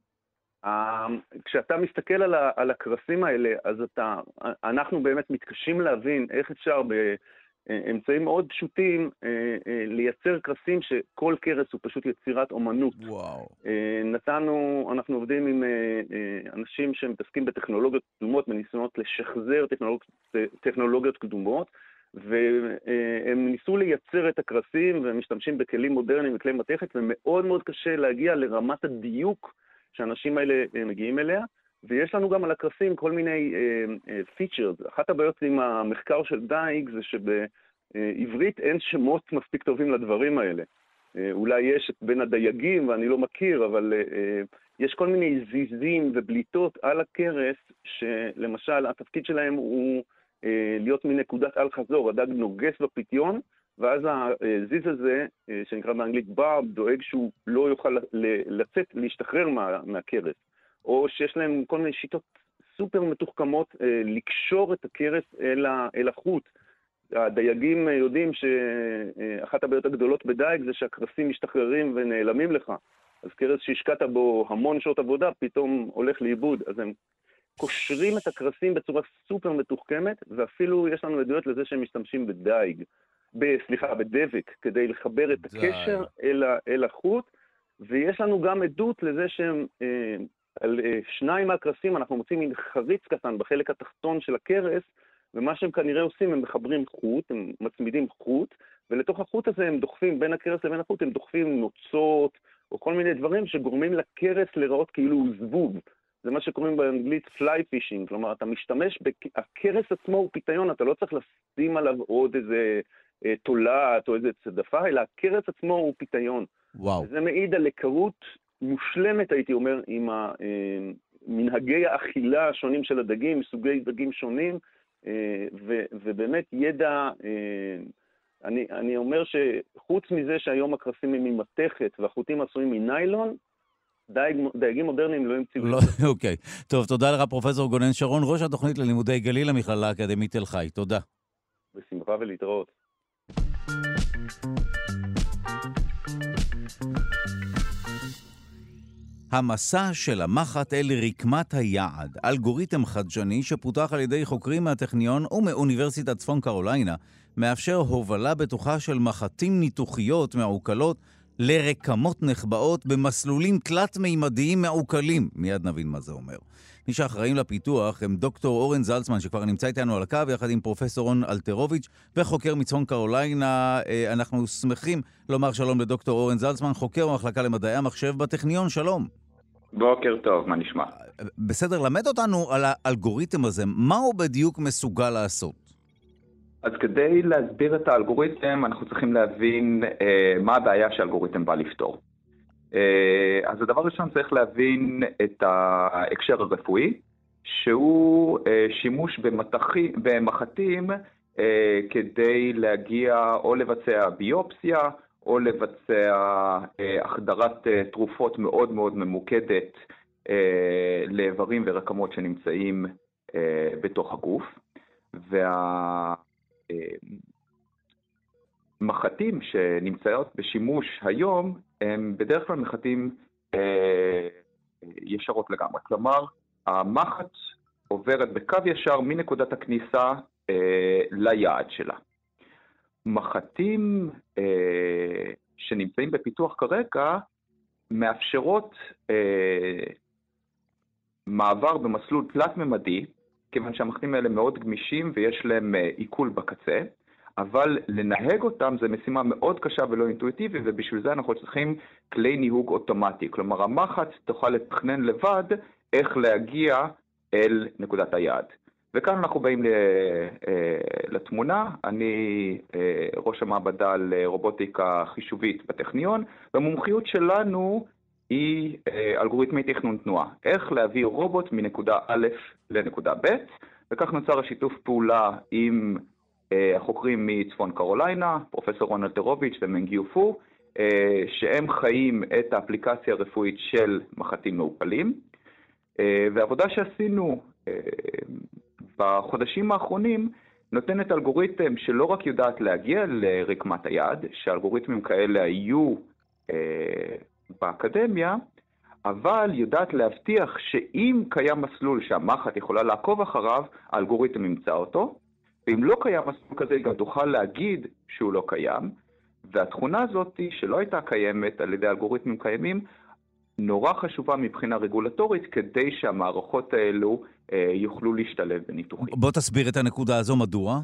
כשאתה מסתכל על, ה, על הקרסים האלה, אז אתה, אנחנו באמת מתקשים להבין איך אפשר באמצעים מאוד פשוטים לייצר קרסים שכל קרס הוא פשוט יצירת אומנות. וואו. נתנו, אנחנו עובדים עם אנשים שמתעסקים בטכנולוגיות קדומות, בניסיונות לשחזר טכנולוגיות, טכנולוגיות קדומות, והם ניסו לייצר את הקרסים ומשתמשים בכלים מודרניים וכלי מתכת, ומאוד מאוד קשה להגיע לרמת הדיוק שהאנשים האלה מגיעים אליה. ויש לנו גם על הקרסים כל מיני פיצ'רס. אחת הבעיות עם המחקר של דייג זה שבעברית אין שמות מספיק טובים לדברים האלה. אולי יש בין הדייגים ואני לא מכיר, אבל יש כל מיני זיזים ובליטות על הקרס שלמשל התפקיד שלהם הוא להיות מנקודת אל חזור, הדג נוגס בפתיון, ואז הזיז הזה, שנקרא באנגלית ברב, דואג שהוא לא יוכל לצאת, להשתחרר מה, מהקרס. או שיש להם כל מיני שיטות סופר מתוחכמות לקשור את הקרס אל, אל החוט. הדייגים יודעים שאחת הבעיות הגדולות בדייג זה שהקרסים משתחררים ונעלמים לך. אז קרס שהשקעת בו המון שעות עבודה, פתאום הולך לאיבוד, אז הם קושרים את הקרסים בצורה סופר מתוחכמת, ואפילו יש לנו עדויות לזה שהם משתמשים בדייג, ב, סליחה, בדבק, כדי לחבר את הקשר אל, אל החוט, ויש לנו גם עדות לזה שהם, אה, על אה, שניים מהקרסים אנחנו מוצאים מין חריץ קטן בחלק התחתון של הקרס, ומה שהם כנראה עושים, הם מחברים חוט, הם מצמידים חוט, ולתוך החוט הזה הם דוחפים, בין הקרס לבין החוט, הם דוחפים נוצות, או כל מיני דברים שגורמים לקרס לראות כאילו הוא זבוב. זה מה שקוראים באנגלית fly fishing, כלומר, אתה משתמש, בק... הקרס עצמו הוא פיתיון, אתה לא צריך לשים עליו עוד איזה אה, תולעת או איזה צדפה, אלא הקרס עצמו הוא פיתיון. וואו. זה מעיד על היכרות מושלמת, הייתי אומר, עם ה, אה, מנהגי האכילה השונים של הדגים, סוגי דגים שונים, אה, ו, ובאמת ידע, אה, אני, אני אומר שחוץ מזה שהיום הקרסים הם ממתכת והחוטים עשויים מניילון, דייג, דייגים מודרניים לא המציאו. לא, אוקיי. טוב, תודה לך פרופסור גונן שרון, ראש התוכנית ללימודי גליל המכללה האקדמית תל חי. תודה. בשמחה ולהתראות. המסע של המחט אל רקמת היעד, אלגוריתם חדשני שפותח על ידי חוקרים מהטכניון ומאוניברסיטת צפון קרוליינה, מאפשר הובלה בטוחה של מחטים ניתוחיות מעוקלות לרקמות נחבאות במסלולים תלת-מימדיים מעוקלים. מיד נבין מה זה אומר. מי שאחראים לפיתוח הם דוקטור אורן זלצמן, שכבר נמצא איתנו על הקו, יחד עם פרופסור רון אלתרוביץ' וחוקר מצפון קרוליינה. אנחנו שמחים לומר שלום לדוקטור אורן זלצמן, חוקר במחלקה למדעי המחשב בטכניון. שלום. בוקר טוב, מה נשמע? בסדר, למד אותנו על האלגוריתם הזה, מה הוא בדיוק מסוגל לעשות? אז כדי להסביר את האלגוריתם, אנחנו צריכים להבין אה, מה הבעיה שהאלגוריתם בא לפתור. אה, אז הדבר ראשון צריך להבין את ההקשר הרפואי, שהוא אה, שימוש במתחי, במחטים אה, כדי להגיע או לבצע ביופסיה, או לבצע אה, החדרת אה, תרופות מאוד מאוד ממוקדת אה, לאיברים ורקמות שנמצאים אה, בתוך הגוף. והמחטים שנמצאות בשימוש היום הם בדרך כלל מחטים אה, ישרות לגמרי. כלומר, המחט עוברת בקו ישר מנקודת הכניסה אה, ליעד שלה. מחטים אה, שנמצאים בפיתוח כרגע מאפשרות אה, מעבר במסלול תלת-ממדי, כיוון שהמחטים האלה מאוד גמישים ויש להם אה, עיכול בקצה, אבל לנהג אותם זה משימה מאוד קשה ולא אינטואיטיבית, ובשביל זה אנחנו צריכים כלי ניהוג אוטומטי. כלומר, המחט תוכל לתכנן לבד איך להגיע אל נקודת היעד. וכאן אנחנו באים לתמונה. אני ראש המעבדה לרובוטיקה חישובית בטכניון, והמומחיות שלנו היא אלגוריתמי תכנון תנועה. איך להביא רובוט מנקודה א' לנקודה ב', וכך נוצר השיתוף פעולה עם החוקרים מצפון קרוליינה, פרופסור רון אלתרוביץ' ומנגיו פו, שהם חיים את האפליקציה הרפואית של מחטים מעופלים. והעבודה שעשינו בחודשים האחרונים נותנת אלגוריתם שלא רק יודעת להגיע לרקמת היעד, שאלגוריתמים כאלה היו אה, באקדמיה, אבל יודעת להבטיח שאם קיים מסלול שהמחט יכולה לעקוב אחריו, האלגוריתם ימצא אותו, ואם לא קיים מסלול כזה, גם תוכל להגיד שהוא לא קיים, והתכונה הזאת שלא הייתה קיימת על ידי אלגוריתמים קיימים, נורא חשובה מבחינה רגולטורית, כדי שהמערכות האלו אה, יוכלו להשתלב בניתוחים. בוא תסביר את הנקודה הזו, מדוע?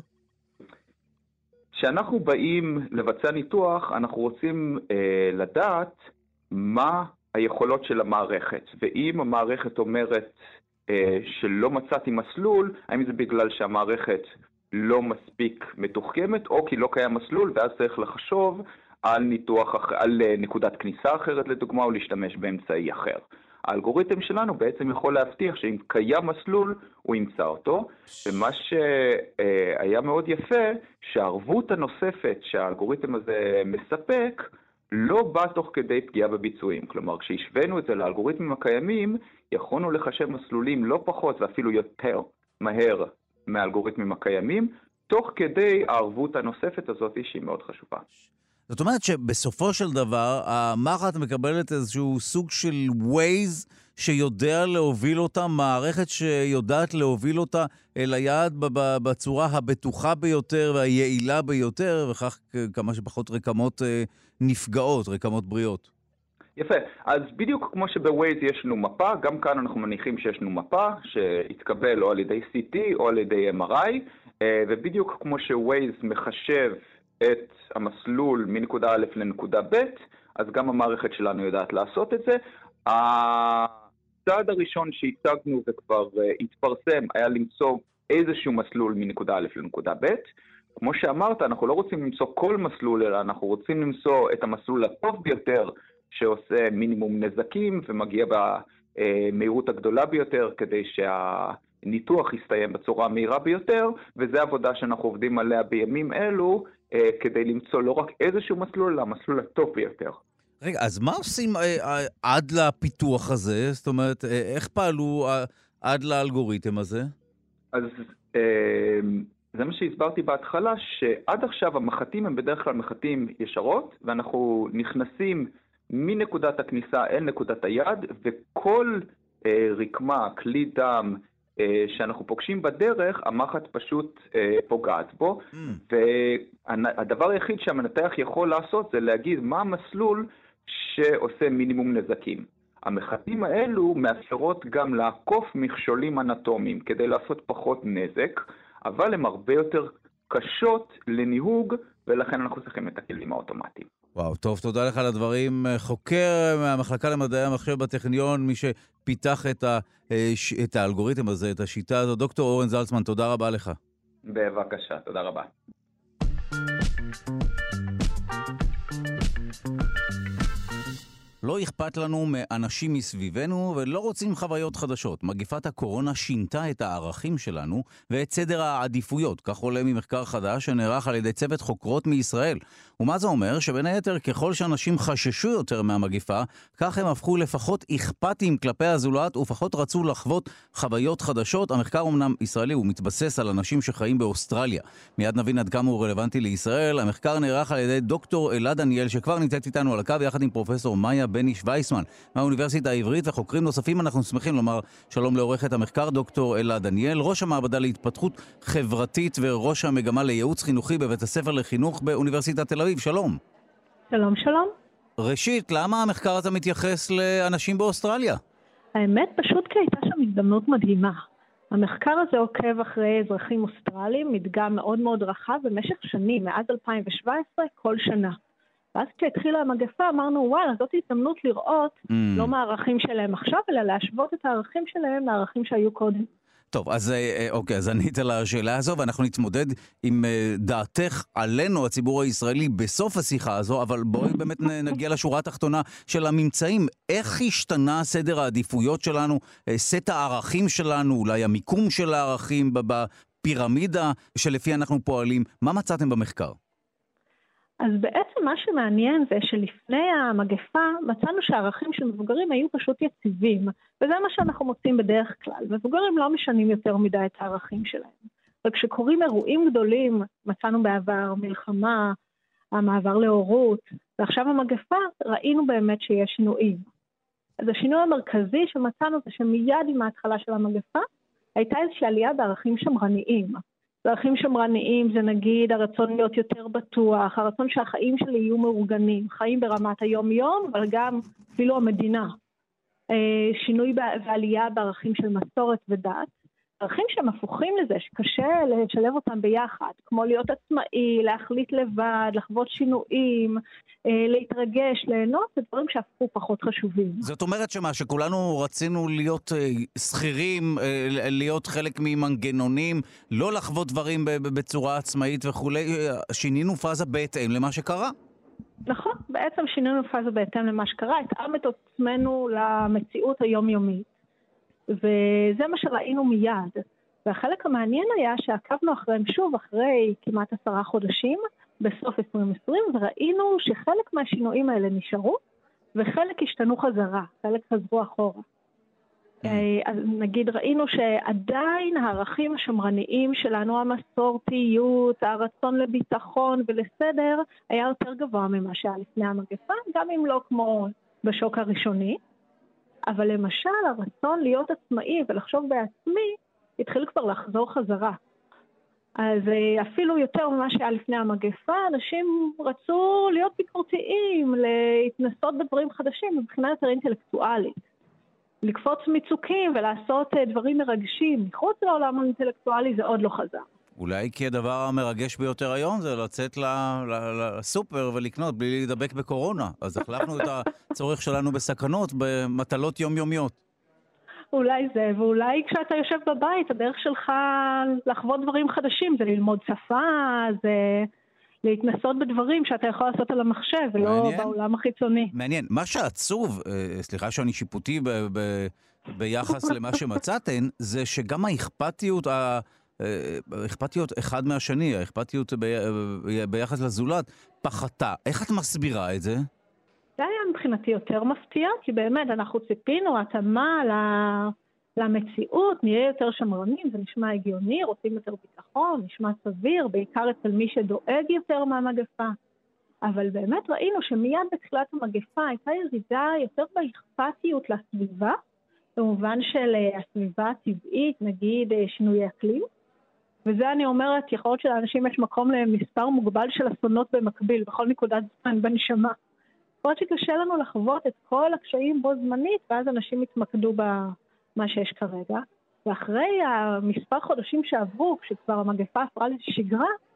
כשאנחנו באים לבצע ניתוח, אנחנו רוצים אה, לדעת מה היכולות של המערכת. ואם המערכת אומרת אה, שלא מצאתי מסלול, האם זה בגלל שהמערכת לא מספיק מתוחכמת, או כי לא קיים מסלול, ואז צריך לחשוב על ניתוח, על נקודת כניסה אחרת לדוגמה, או להשתמש באמצעי אחר. האלגוריתם שלנו בעצם יכול להבטיח שאם קיים מסלול, הוא ימצא אותו, ומה שהיה מאוד יפה, שהערבות הנוספת שהאלגוריתם הזה מספק, לא בא תוך כדי פגיעה בביצועים. כלומר, כשהשווינו את זה לאלגוריתמים הקיימים, יכולנו לחשב מסלולים לא פחות ואפילו יותר מהר מהאלגוריתמים הקיימים, תוך כדי הערבות הנוספת הזאת שהיא מאוד חשובה. זאת אומרת שבסופו של דבר, המחט מקבלת איזשהו סוג של ווייז שיודע להוביל אותה, מערכת שיודעת להוביל אותה אל היעד בצורה הבטוחה ביותר והיעילה ביותר, וכך כמה שפחות רקמות נפגעות, רקמות בריאות. יפה. אז בדיוק כמו שבווייז יש לנו מפה, גם כאן אנחנו מניחים שיש לנו מפה שהתקבל או על ידי סי טי או על ידי אם אר איי, ובדיוק כמו שווייז מחשב את המסלול מנקודה א' לנקודה ב', אז גם המערכת שלנו יודעת לעשות את זה. הצעד הראשון שהצגנו וכבר התפרסם היה למצוא איזשהו מסלול מנקודה א' לנקודה ב'. כמו שאמרת, אנחנו לא רוצים למצוא כל מסלול, אלא אנחנו רוצים למצוא את המסלול הטוב ביותר, שעושה מינימום נזקים ומגיע במהירות הגדולה ביותר, כדי שהניתוח יסתיים בצורה המהירה ביותר, וזו עבודה שאנחנו עובדים עליה בימים אלו, כדי למצוא לא רק איזשהו מסלול, אלא המסלול הטוב ביותר. רגע, אז מה עושים אה, עד לפיתוח הזה? זאת אומרת, אה, איך פעלו אה, עד לאלגוריתם הזה? אז אה, זה מה שהסברתי בהתחלה, שעד עכשיו המחטים הם בדרך כלל מחטים ישרות, ואנחנו נכנסים מנקודת הכניסה אל נקודת היעד, וכל אה, רקמה, כלי דם, שאנחנו פוגשים בדרך, המחט פשוט אה, פוגעת בו, mm. והדבר היחיד שהמנתח יכול לעשות זה להגיד מה המסלול שעושה מינימום נזקים. המחטים האלו מאפשרות גם לעקוף מכשולים אנטומיים כדי לעשות פחות נזק, אבל הן הרבה יותר קשות לניהוג, ולכן אנחנו צריכים את הכלים האוטומטיים. וואו, טוב, תודה לך על הדברים. חוקר מהמחלקה למדעי המחשב בטכניון, מי שפיתח את, ה, את האלגוריתם הזה, את השיטה הזו. דוקטור אורן זלצמן, תודה רבה לך. בבקשה, תודה רבה. לא אכפת לנו מאנשים מסביבנו ולא רוצים חוויות חדשות. מגפת הקורונה שינתה את הערכים שלנו ואת סדר העדיפויות. כך עולה ממחקר חדש שנערך על ידי צוות חוקרות מישראל. ומה זה אומר? שבין היתר ככל שאנשים חששו יותר מהמגפה, כך הם הפכו לפחות אכפתיים כלפי הזולת ופחות רצו לחוות חוויות חדשות. המחקר אומנם ישראלי, הוא מתבסס על אנשים שחיים באוסטרליה. מיד נבין עד כמה הוא רלוונטי לישראל. המחקר נערך על ידי דוקטור אלעד דניאל, שכבר נמצאת איתנו על הקו יחד עם פרופסור מאיה בניש וייסמן מהאוניברסיטה העברית, וחוקרים נוספים. אנחנו שמחים לומר שלום לעורכת המחקר דוקטור אלעד דניאל, ראש המעבדה להתפתחות חברתית וראש המגמה לייעוץ חינוכי בבית הספר לחינוך באוניברסיטת תל אביב. שלום. שלום, שלום. ראשית, למה המחקר הזה מתייחס לאנשים באוסטרליה? האמת פשוט כי הייתה שם הזדמנות מדהימה. המחקר הזה עוקב אחרי אזרחים אוסטרליים, מדגם מאוד מאוד רחב במשך שנים, מאז אלפיים שבע עשרה כל שנה. ואז כשהתחילה המגפה אמרנו, וואלה, זאת הזדמנות לראות mm. לא מה הערכים שלהם עכשיו, אלא להשוות את הערכים שלהם לערכים שהיו קודם. טוב, אז אוקיי, אז ענית על השאלה הזו, ואנחנו נתמודד עם דעתך עלינו, הציבור הישראלי, בסוף השיחה הזו, אבל בואי באמת נגיע לשורה התחתונה של הממצאים. איך השתנה סדר העדיפויות שלנו, סט הערכים שלנו, אולי המיקום של הערכים בפירמידה שלפי אנחנו פועלים? מה מצאתם במחקר? אז בעצם מה שמעניין זה שלפני המגפה מצאנו שהערכים של מבוגרים היו פשוט יציבים, וזה מה שאנחנו מוצאים בדרך כלל. מבוגרים לא משנים יותר מדי את הערכים שלהם. וכשקורים אירועים גדולים, מצאנו בעבר מלחמה, המעבר להורות, ועכשיו המגפה, ראינו באמת שיש שינויים. אז השינוי המרכזי שמצאנו זה שמיד עם ההתחלה של המגפה, הייתה איזושהי עלייה בערכים שמרניים. ערכים שמרניים זה נגיד הרצון להיות יותר בטוח, הרצון שהחיים שלי יהיו מאורגנים, חיים ברמת היום-יום, אבל גם אפילו המדינה. שינוי ועלייה בערכים של מסורת ודת, ערכים שהם הפוכים לזה, שקשה לשלב אותם ביחד, כמו להיות עצמאי, להחליט לבד, לחוות שינויים, להתרגש, ליהנות, זה דברים שהפכו פחות חשובים. זאת אומרת שמה, שכולנו רצינו להיות שכירים, להיות חלק ממנגנונים, לא לחוות דברים בצורה עצמאית וכולי, שינינו פאזה בהתאם למה שקרה. נכון, בעצם שינינו פאזה בהתאם למה שקרה, התאם את עצמנו למציאות היומיומית. וזה מה שראינו מיד. והחלק המעניין היה שעקבנו אחריהם שוב אחרי כמעט עשרה חודשים, בסוף עשרים עשרים, וראינו שחלק מהשינויים האלה נשארו, וחלק השתנו חזרה, חלק חזרו אחורה. אז נגיד ראינו שעדיין הערכים השמרניים שלנו, המסורתיות, הרצון לביטחון ולסדר, היה יותר גבוה ממה שהיה לפני המגפה, גם אם לא כמו בשוק הראשוני. אבל למשל, הרצון להיות עצמאי ולחשוב בעצמי, התחיל כבר לחזור חזרה. אז אפילו יותר ממה שהיה לפני המגפה, אנשים רצו להיות ביקורתיים, להתנסות בדברים חדשים, מבחינה יותר אינטלקטואלית. לקפוץ מצוקים ולעשות דברים מרגשים. מחוץ לעולם האינטלקטואלי זה עוד לא חזר. אולי כי הדבר המרגש ביותר היום זה לצאת לסופר ולקנות בלי להידבק בקורונה. אז החלפנו את הצורך שלנו בסכנות במטלות יומיומיות. אולי זה, ואולי כשאתה יושב בבית, הדרך שלך לחוות דברים חדשים, זה ללמוד שפה, זה להתנסות בדברים שאתה יכול לעשות על המחשב, ולא מעניין. בעולם החיצוני. מעניין. מה שעצוב, סליחה שאני שיפוטי ב- ב- ביחס למה שמצאתן, זה שגם האכפתיות ה... האכפתיות אחד מהשני, האכפתיות ב- ביחס לזולת, פחתה. איך את מסבירה את זה? זה היה מבחינתי יותר מפתיע, כי באמת אנחנו ציפינו, התאמה למציאות, נהיה יותר שמרנים, זה נשמע הגיוני, רוצים יותר ביטחון, נשמע סביר, בעיקר אצל מי שדואג יותר מהמגפה. אבל באמת ראינו שמיד בתחילת המגפה הייתה ירידה יותר באכפתיות לסביבה, במובן של הסביבה הטבעית, נגיד שינוי אקלים, וזה אני אומרת, יכול להיות שלאנשים יש מקום למספר מוגבל של אסונות במקביל, בכל נקודת זמן בנשמה. יכול להיות שקשה לנו לחוות את כל הקשיים בו זמנית, ואז אנשים יתמקדו במה שיש כרגע. ואחרי המספר חודשים שעברו, כשכבר המגפה הפרה לשגרה,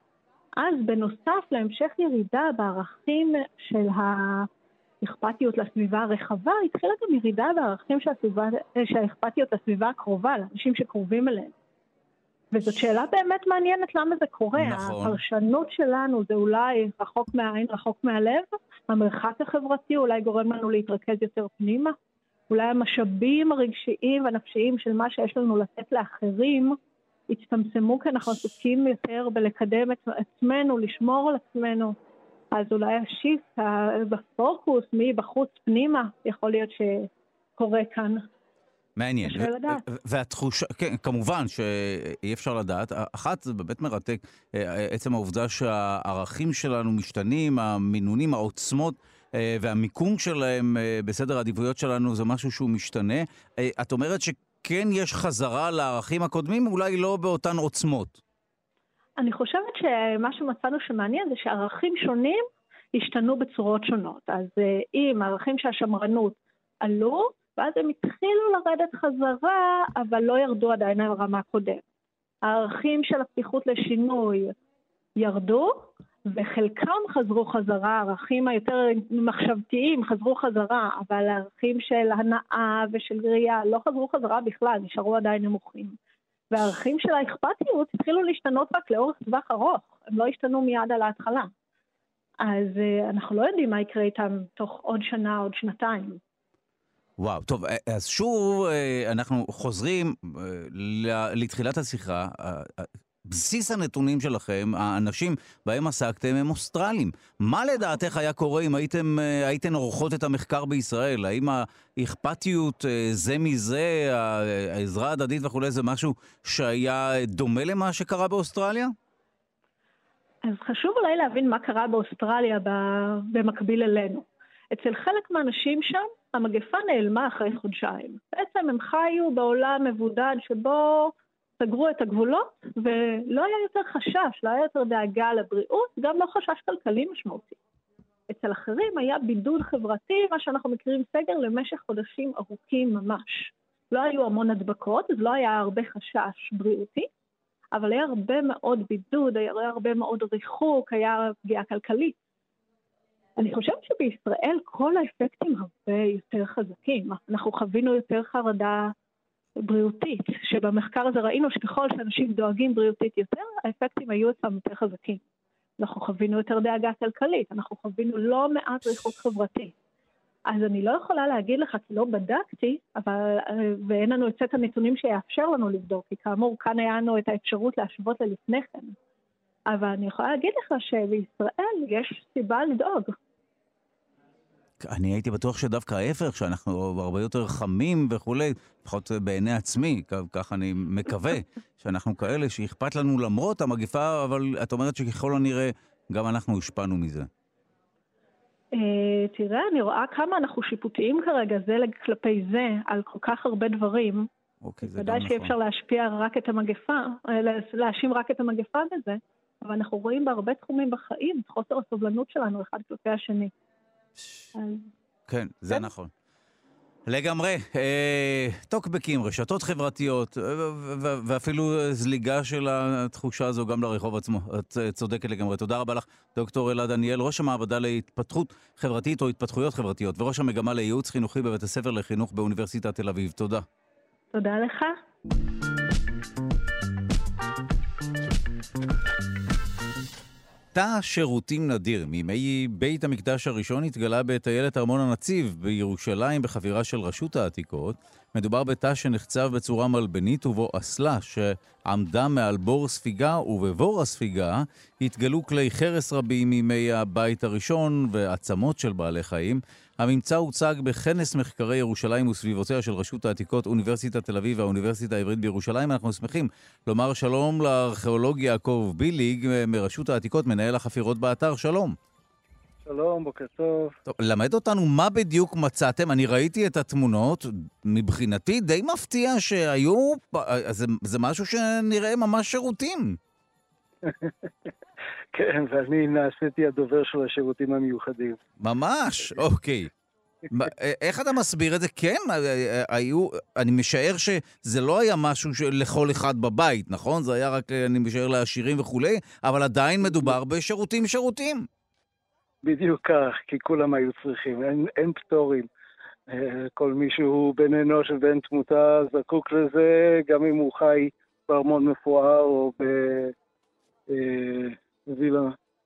אז בנוסף להמשך ירידה בערכים של האכפתיות לסביבה הרחבה, התחילה גם ירידה בערכים של הסביבה, של האכפתיות לסביבה הקרובה, לאנשים שקרובים אליהם. וזאת שאלה באמת מעניינת למה זה קורה. נכון. הפרשנות שלנו זה אולי רחוק מהעין, רחוק מהלב, המרחק החברתי אולי גורם לנו להתרכז יותר פנימה, אולי המשאבים הרגשיים והנפשיים של מה שיש לנו לתת לאחרים, הצטמצמו כי אנחנו עסוקים יותר בלקדם את עצמנו, לשמור על עצמנו. אז אולי השיפט בפוקוס מבחוץ פנימה יכול להיות שקורה כאן. מעניין. והתחושה, כן, כמובן שאי אפשר לדעת. אחת, זה באמת מרתק, עצם העובדה שהערכים שלנו משתנים, המינונים, העוצמות והמיקום שלהם בסדר העדיפויות שלנו זה משהו שהוא משתנה. את אומרת שכן יש חזרה לערכים הקודמים, אולי לא באותן עוצמות. אני חושבת שמה שמצאנו שמעניין זה שערכים שונים השתנו בצורות שונות. אז אם הערכים שהשמרנות עלו, ואז הם התחילו לרדת חזרה, אבל לא ירדו עדיין על רמה קודם. הערכים של הפתיחות לשינוי ירדו, וחלקם חזרו חזרה, הערכים היותר מחשבתיים חזרו חזרה, אבל הערכים של הנאה ושל ראייה לא חזרו חזרה בכלל, נשארו עדיין נמוכים. והערכים של האכפתיות התחילו להשתנות רק לאורך טווח ארוך, הם לא השתנו מיד על ההתחלה. אז אנחנו לא יודעים מה יקרה איתם תוך עוד שנה, עוד שנתיים. וואו, טוב, אז שוב אנחנו חוזרים לתחילת השיחה. בסיס הנתונים שלכם, האנשים בהם עסקתם הם אוסטרלים. מה לדעתך היה קורה אם הייתם, הייתן עורכות את המחקר בישראל? האם האכפתיות זה מזה, העזרה הדדית וכו', זה משהו שהיה דומה למה שקרה באוסטרליה? אז חשוב אולי להבין מה קרה באוסטרליה במקביל אלינו. אצל חלק מהאנשים שם, המגפה נעלמה אחרי חודשיים. בעצם הם חיו בעולם מבודד שבו סגרו את הגבולות, ולא היה יותר חשש, לא היה יותר דאגה לבריאות, גם לא חשש כלכלי משמעותי. אצל אחרים היה בידוד חברתי, מה שאנחנו מכירים סגר למשך חודשים ארוכים ממש. לא היו המון הדבקות, אז לא היה הרבה חשש בריאותי, אבל היה הרבה מאוד בידוד, היה הרבה מאוד ריחוק, היה פגיעה כלכלית. אני חושבת שבישראל כל האפקטים הרבה יותר חזקים. אנחנו חווינו יותר חרדה בריאותית, שבמחקר הזה ראינו שככל שאנשים דואגים בריאותית יותר, האפקטים היו אצלם יותר חזקים. אנחנו חווינו יותר דאגה כלכלית, אנחנו חווינו לא מעט ריחוק חברתי. אז אני לא יכולה להגיד לך, כי לא בדקתי, אבל, ואין לנו את סט הנתונים שיאפשר לנו לבדוק, כי כאמור, כאן היה לנו את האפשרות להשוות ללפני כן. אבל אני יכולה להגיד לך שבישראל יש סיבה לדאוג. אני הייתי בטוח שדווקא ההפך, שאנחנו הרבה יותר חמים וכולי, לפחות בעיני עצמי, כך אני מקווה, שאנחנו כאלה שאכפת לנו למרות המגפה, אבל את אומרת שככל הנראה גם אנחנו השפענו מזה. תראה, אני רואה כמה אנחנו שיפוטיים כרגע, זה כלפי זה, על כל כך הרבה דברים. אוקיי, זה גם נכון. ודאי שאי אפשר להשפיע רק את המגפה, להאשים רק את המגפה בזה, אבל אנחנו רואים בהרבה תחומים בחיים, את חוסר הסובלנות שלנו אחד כלפי השני. כן, זה נכון. לגמרי, טוקבקים, רשתות חברתיות, ואפילו זליגה של התחושה הזו גם לרחוב עצמו. את צודקת לגמרי. תודה רבה לך, דוקטור אלעד דניאל, ראש המעבדה להתפתחות חברתית או התפתחויות חברתיות, וראש המגמה לייעוץ חינוכי בבית הספר לחינוך באוניברסיטת תל אביב. תודה. תודה לך. תא שירותים נדיר מימי בית המקדש הראשון התגלה בטיילת ארמון הנציב בירושלים בחפירה של רשות העתיקות. מדובר בתא שנחצב בצורה מלבנית ובו אסלה שעמדה מעל בור ספיגה, ובבור הספיגה התגלו כלי חרס רבים מימי הבית הראשון ועצמות של בעלי חיים. הממצא הוצג בכנס מחקרי ירושלים וסביבותיה של רשות העתיקות, אוניברסיטת תל אביב והאוניברסיטה העברית בירושלים. אנחנו שמחים לומר שלום לארכיאולוג יעקב ביליג מרשות העתיקות, מנהל החפירות באתר. שלום. שלום, בוקר טוב. טוב, למד אותנו מה בדיוק מצאתם. אני ראיתי את התמונות, מבחינתי די מפתיע שהיו, זה, זה משהו שנראה ממש שירותים. כן, ואני נעשיתי הדובר של השירותים המיוחדים. ממש, אוקיי. איך אתה מסביר את זה? כן, היו, אני משער שזה לא היה משהו לכל אחד בבית, נכון? זה היה רק, אני משער לעשירים וכולי, אבל עדיין מדובר בשירותים שירותים. בדיוק כך, כי כולם היו צריכים, אין, אין פטורים. כל מישהו בן אנוש ובן תמותה זקוק לזה, גם אם הוא חי בארמון מפואר או בווילה.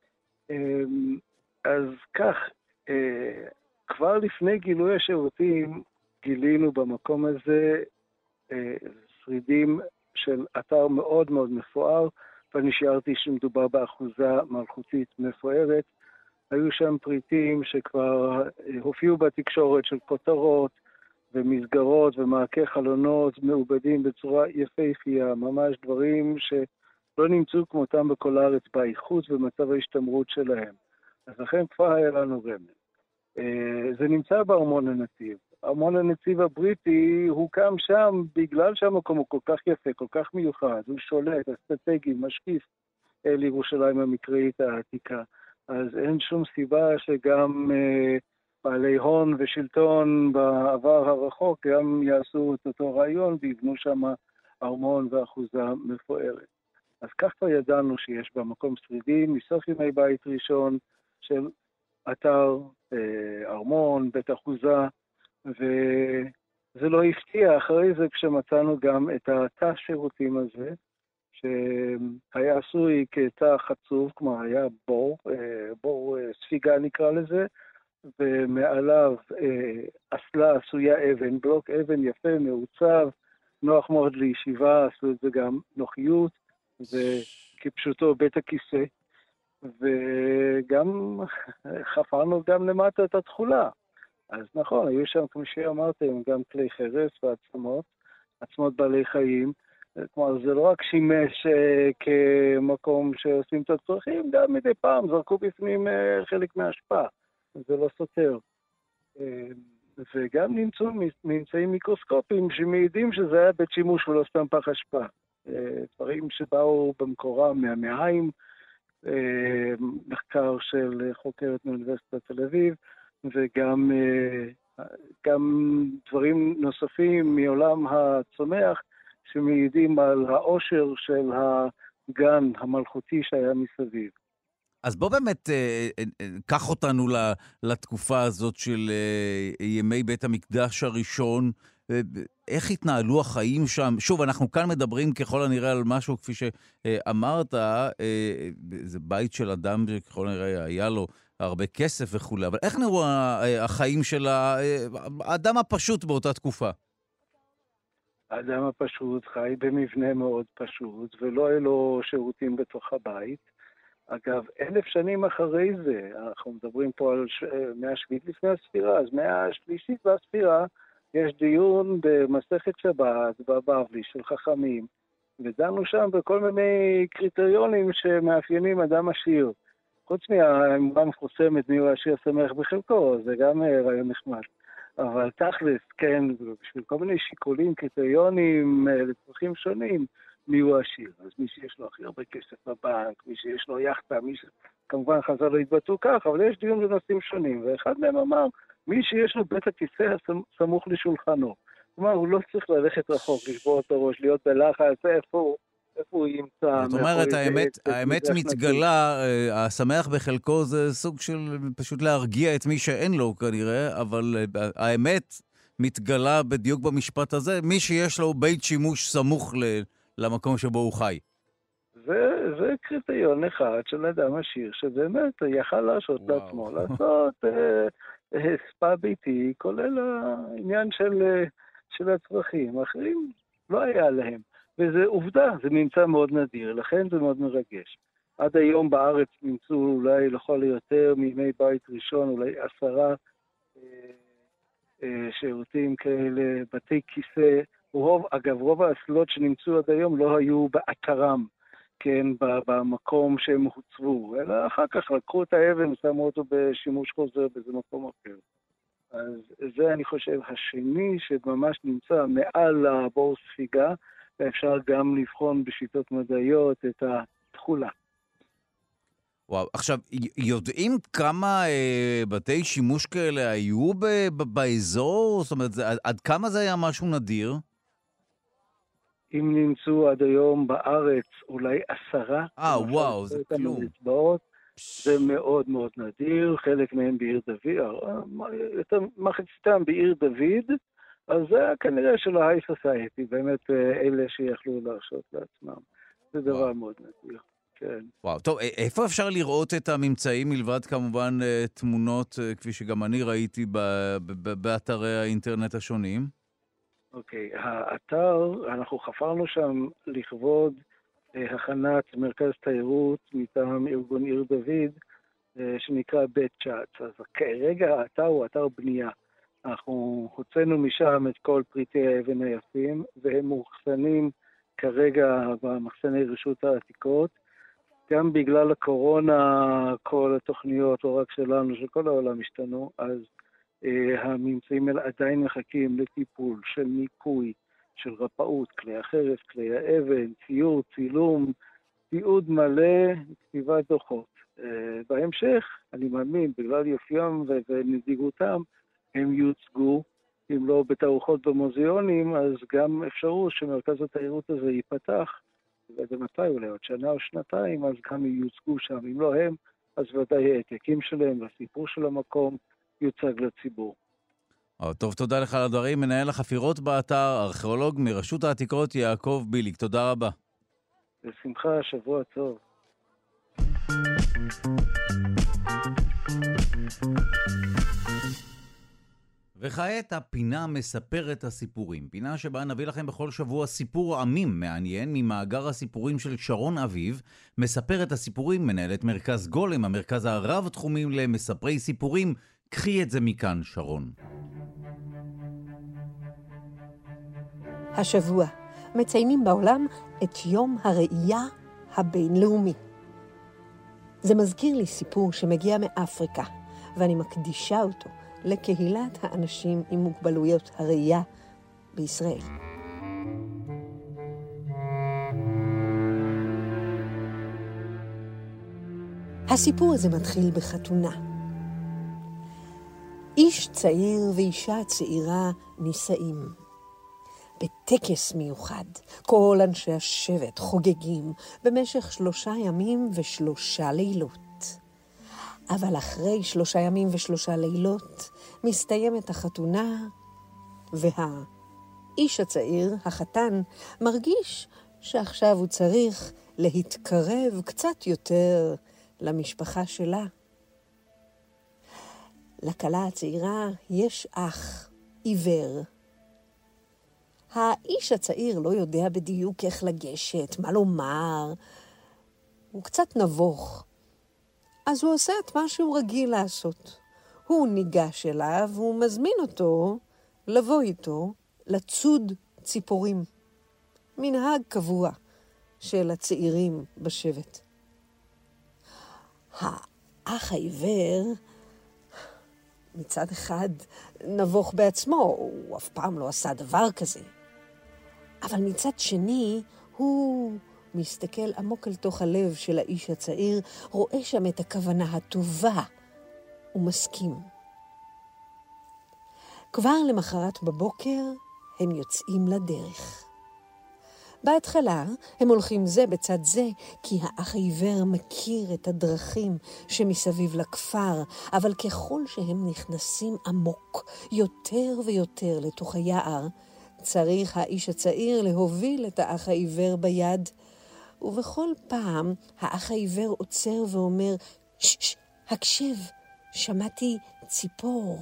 אז כך, כבר לפני גילוי השירותים גילינו במקום הזה שרידים של אתר מאוד מאוד מפואר, ואני שיערתי שמדובר באחוזה מלכותית מפוארת. היו שם פריטים שכבר הופיעו בתקשורת של כותרות ומסגרות ומעקי חלונות מעובדים בצורה יפהפייה, ממש דברים שלא נמצאו כמותם בכל הארץ באיכות ומצב ההשתמרות שלהם. אז לכן כבר היה לנו רמז. זה נמצא בארמון הנציב. ארמון הנציב הבריטי הוקם שם בגלל שהמקום הוא כל כך יפה, כל כך מיוחד, הוא שולט, אסטרטגי, משקיף לירושלים המקראית העתיקה. אז אין שום סיבה שגם אה, בעלי הון ושלטון בעבר הרחוק גם יעשו את אותו רעיון ויבנו שם ארמון ואחוזה מפוארת. אז כך כבר ידענו שיש במקום שרידים מסוף ימי בית ראשון של אתר, אה, ארמון, בית אחוזה, וזה לא הפתיע אחרי זה כשמצאנו גם את התא שירותים הזה, שהיה עשוי כתא חצוב, כלומר היה בור, בור ספיגה נקרא לזה, ומעליו אסלה עשויה אבן, בלוק אבן יפה, מעוצב, נוח מאוד לישיבה, עשו את זה גם נוחיות, וכפשוטו בית הכיסא, וגם חפרנו גם למטה את התחולה. אז נכון, היו שם, כמו שאמרתם, גם כלי חרס ועצמות, עצמות בעלי חיים, כלומר, זה לא רק שימש uh, כמקום שעושים את הצרכים, גם מדי פעם זרקו בפנים uh, חלק מההשפעה. זה לא סותר. Uh, וגם נמצאו ממצאים מיקרוסקופיים שמעידים שזה היה בית שימוש ולא סתם פח השפעה. Uh, דברים שבאו במקורם מהמעיים, uh, מחקר של חוקרת מאוניברסיטת תל אביב, וגם uh, גם דברים נוספים מעולם הצומח, שמעידים על העושר של הגן המלכותי שהיה מסביב. אז בוא באמת קח אותנו לתקופה הזאת של ימי בית המקדש הראשון. איך התנהלו החיים שם? שוב, אנחנו כאן מדברים ככל הנראה על משהו, כפי שאמרת, זה בית של אדם שככל הנראה היה לו הרבה כסף וכו', אבל איך נראו החיים של האדם הפשוט באותה תקופה? האדם הפשוט חי במבנה מאוד פשוט, ולא היה לו שירותים בתוך הבית. אגב, אלף שנים אחרי זה, אנחנו מדברים פה על ש... מאה השביעית לפני הספירה, אז מאה השלישית והספירה, יש דיון במסכת שבת, בבבלי של חכמים, ודנו שם בכל מיני קריטריונים שמאפיינים אדם עשיר. חוץ מהאמרה המפורסמת מי הוא עשיר שמח בחלקו, זה גם רעיון נחמד. אבל תכלס, כן, בשביל כל מיני שיקולים, קריטריונים לצרכים שונים, מי הוא עשיר. אז מי שיש לו הכי הרבה כסף בבנק, מי שיש לו יחטה, מי ש... כמובן חז"ל לא התבטאו כך, אבל יש דיון בנושאים שונים. ואחד מהם אמר, מי שיש לו בית הכיסא סמוך לשולחנו. כלומר, הוא לא צריך ללכת רחוק, לשבור את הראש, להיות בלחץ, איפה הוא, איפה הוא ימצא. זאת אומרת, האמת, האמת מתגלה, השמח בחלקו זה סוג של פשוט להרגיע את מי שאין לו כנראה, אבל האמת מתגלה בדיוק במשפט הזה, מי שיש לו בית שימוש סמוך למקום שבו הוא חי. זה, זה קריטריון אחד של אדם עשיר, שבאמת יכל לעשות לעצמו, לעשות אה, אה, ספה ביתי, כולל העניין של, של הצרכים. אחרים לא היה להם. וזה עובדה, זה ממצא מאוד נדיר, לכן זה מאוד מרגש. עד היום בארץ נמצאו אולי לכל היותר מימי בית ראשון, אולי עשרה אה, אה, שירותים כאלה, בתי כיסא. רוב, אגב, רוב האסלות שנמצאו עד היום לא היו באתרם, כן, במקום שהם הוצבו, אלא אחר כך לקחו את האבן ושמו אותו בשימוש חוזר באיזה מקום אחר. אז זה אני חושב השני שממש נמצא מעל הבור ספיגה, ואפשר גם לבחון בשיטות מדעיות את התחולה. וואו, עכשיו, יודעים כמה אה, בתי שימוש כאלה היו ב- ב- באזור? זאת אומרת, זה, עד, עד כמה זה היה משהו נדיר? אם נמצאו עד היום בארץ אולי עשרה, אה, וואו, זה כלום. אצבעות, זה מאוד מאוד נדיר, חלק מהם בעיר דוד, יותר מחציתם בעיר דוד, אז זה כנראה של ההיי סוסייטי, באמת אלה שיכלו להרשות לעצמם. זה דבר וואו. מאוד נדיר, כן. וואו, טוב, איפה אפשר לראות את הממצאים מלבד כמובן תמונות, כפי שגם אני ראיתי באתרי האינטרנט השונים? אוקיי, האתר, אנחנו חפרנו שם לכבוד הכנת מרכז תיירות מטעם ארגון עיר דוד, שנקרא בית צ'אץ. אז כרגע האתר הוא אתר בנייה. אנחנו הוצאנו משם את כל פריטי האבן היפים, והם מאוחסנים כרגע במחסני רשות העתיקות. גם בגלל הקורונה, כל התוכניות, לא רק שלנו, של כל העולם השתנו, אז uh, הממצאים האלה עדיין מחכים לטיפול של ניקוי, של רפאות, כלי החרס, כלי האבן, ציור, צילום, תיעוד מלא, כתיבת דוחות. Uh, בהמשך, אני מאמין, בגלל יופיים ונדיגותם, הם יוצגו, אם לא בתערוכות במוזיאונים, אז גם אפשרות שמרכז התיירות הזה ייפתח, ומתי אולי עוד שנה או שנתיים, אז גם יוצגו שם. אם לא הם, אז ודאי העתקים שלהם והסיפור של המקום יוצג לציבור. טוב, תודה לך על הדברים. מנהל החפירות באתר, ארכיאולוג מרשות העתיקות יעקב ביליק. תודה רבה. בשמחה, שבוע טוב. וכעת הפינה מספרת הסיפורים, פינה שבה נביא לכם בכל שבוע סיפור עמים מעניין ממאגר הסיפורים של שרון אביב. מספרת הסיפורים מנהלת מרכז גולם, המרכז הרב תחומים למספרי סיפורים. קחי את זה מכאן, שרון. השבוע מציינים בעולם את יום הראייה הבינלאומי. זה מזכיר לי סיפור שמגיע מאפריקה, ואני מקדישה אותו לקהילת האנשים עם מוגבלויות הראייה בישראל. הסיפור הזה מתחיל בחתונה. איש צעיר ואישה צעירה נישאים. בטקס מיוחד, כל אנשי השבט חוגגים במשך שלושה ימים ושלושה לילות. אבל אחרי שלושה ימים ושלושה לילות מסתיימת החתונה, והאיש הצעיר, החתן, מרגיש שעכשיו הוא צריך להתקרב קצת יותר למשפחה שלה. לכלה הצעירה יש אח עיוור. האיש הצעיר לא יודע בדיוק איך לגשת, מה לומר. הוא קצת נבוך. אז הוא עושה את מה שהוא רגיל לעשות. הוא ניגש אליו והוא מזמין אותו לבוא איתו לצוד ציפורים. מנהג קבוע של הצעירים בשבט. האח העיוור מצד אחד נבוך בעצמו, הוא אף פעם לא עשה דבר כזה. אבל מצד שני הוא מסתכל עמוק אל תוך הלב של האיש הצעיר, רואה שם את הכוונה הטובה ומסכים. כבר למחרת בבוקר הם יוצאים לדרך. בהתחלה הם הולכים זה בצד זה, כי האח העיוור מכיר את הדרכים שמסביב לכפר, אבל ככל שהם נכנסים עמוק יותר ויותר לתוך היער, צריך האיש הצעיר להוביל את האח העיוור ביד, ובכל פעם האח העיוור עוצר ואומר, שש, הקשב, שמעתי ציפור.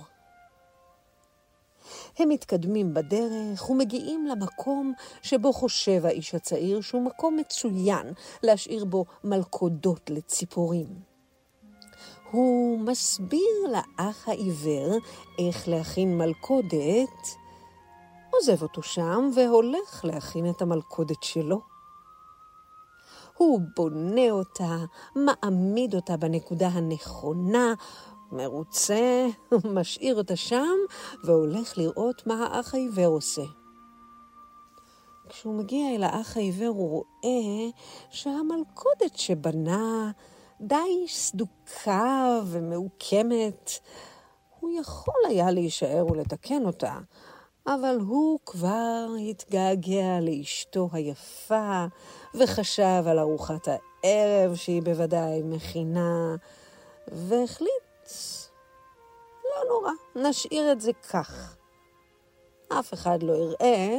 הם מתקדמים בדרך ומגיעים למקום שבו חושב האיש הצעיר שהוא מקום מצוין להשאיר בו מלכודות לציפורים. הוא מסביר לאח העיוור איך להכין מלכודת, עוזב אותו שם והולך להכין את המלכודת שלו. הוא בונה אותה, מעמיד אותה בנקודה הנכונה, מרוצה, משאיר אותה שם והולך לראות מה האח העיוור עושה. כשהוא מגיע אל האח העיוור הוא רואה שהמלכודת שבנה די סדוקה ומעוקמת. הוא יכול היה להישאר ולתקן אותה, אבל הוא כבר התגעגע לאשתו היפה, וחשב על ארוחת הערב שהיא בוודאי מכינה, והחליט, לא נורא, נשאיר את זה כך. אף אחד לא יראה.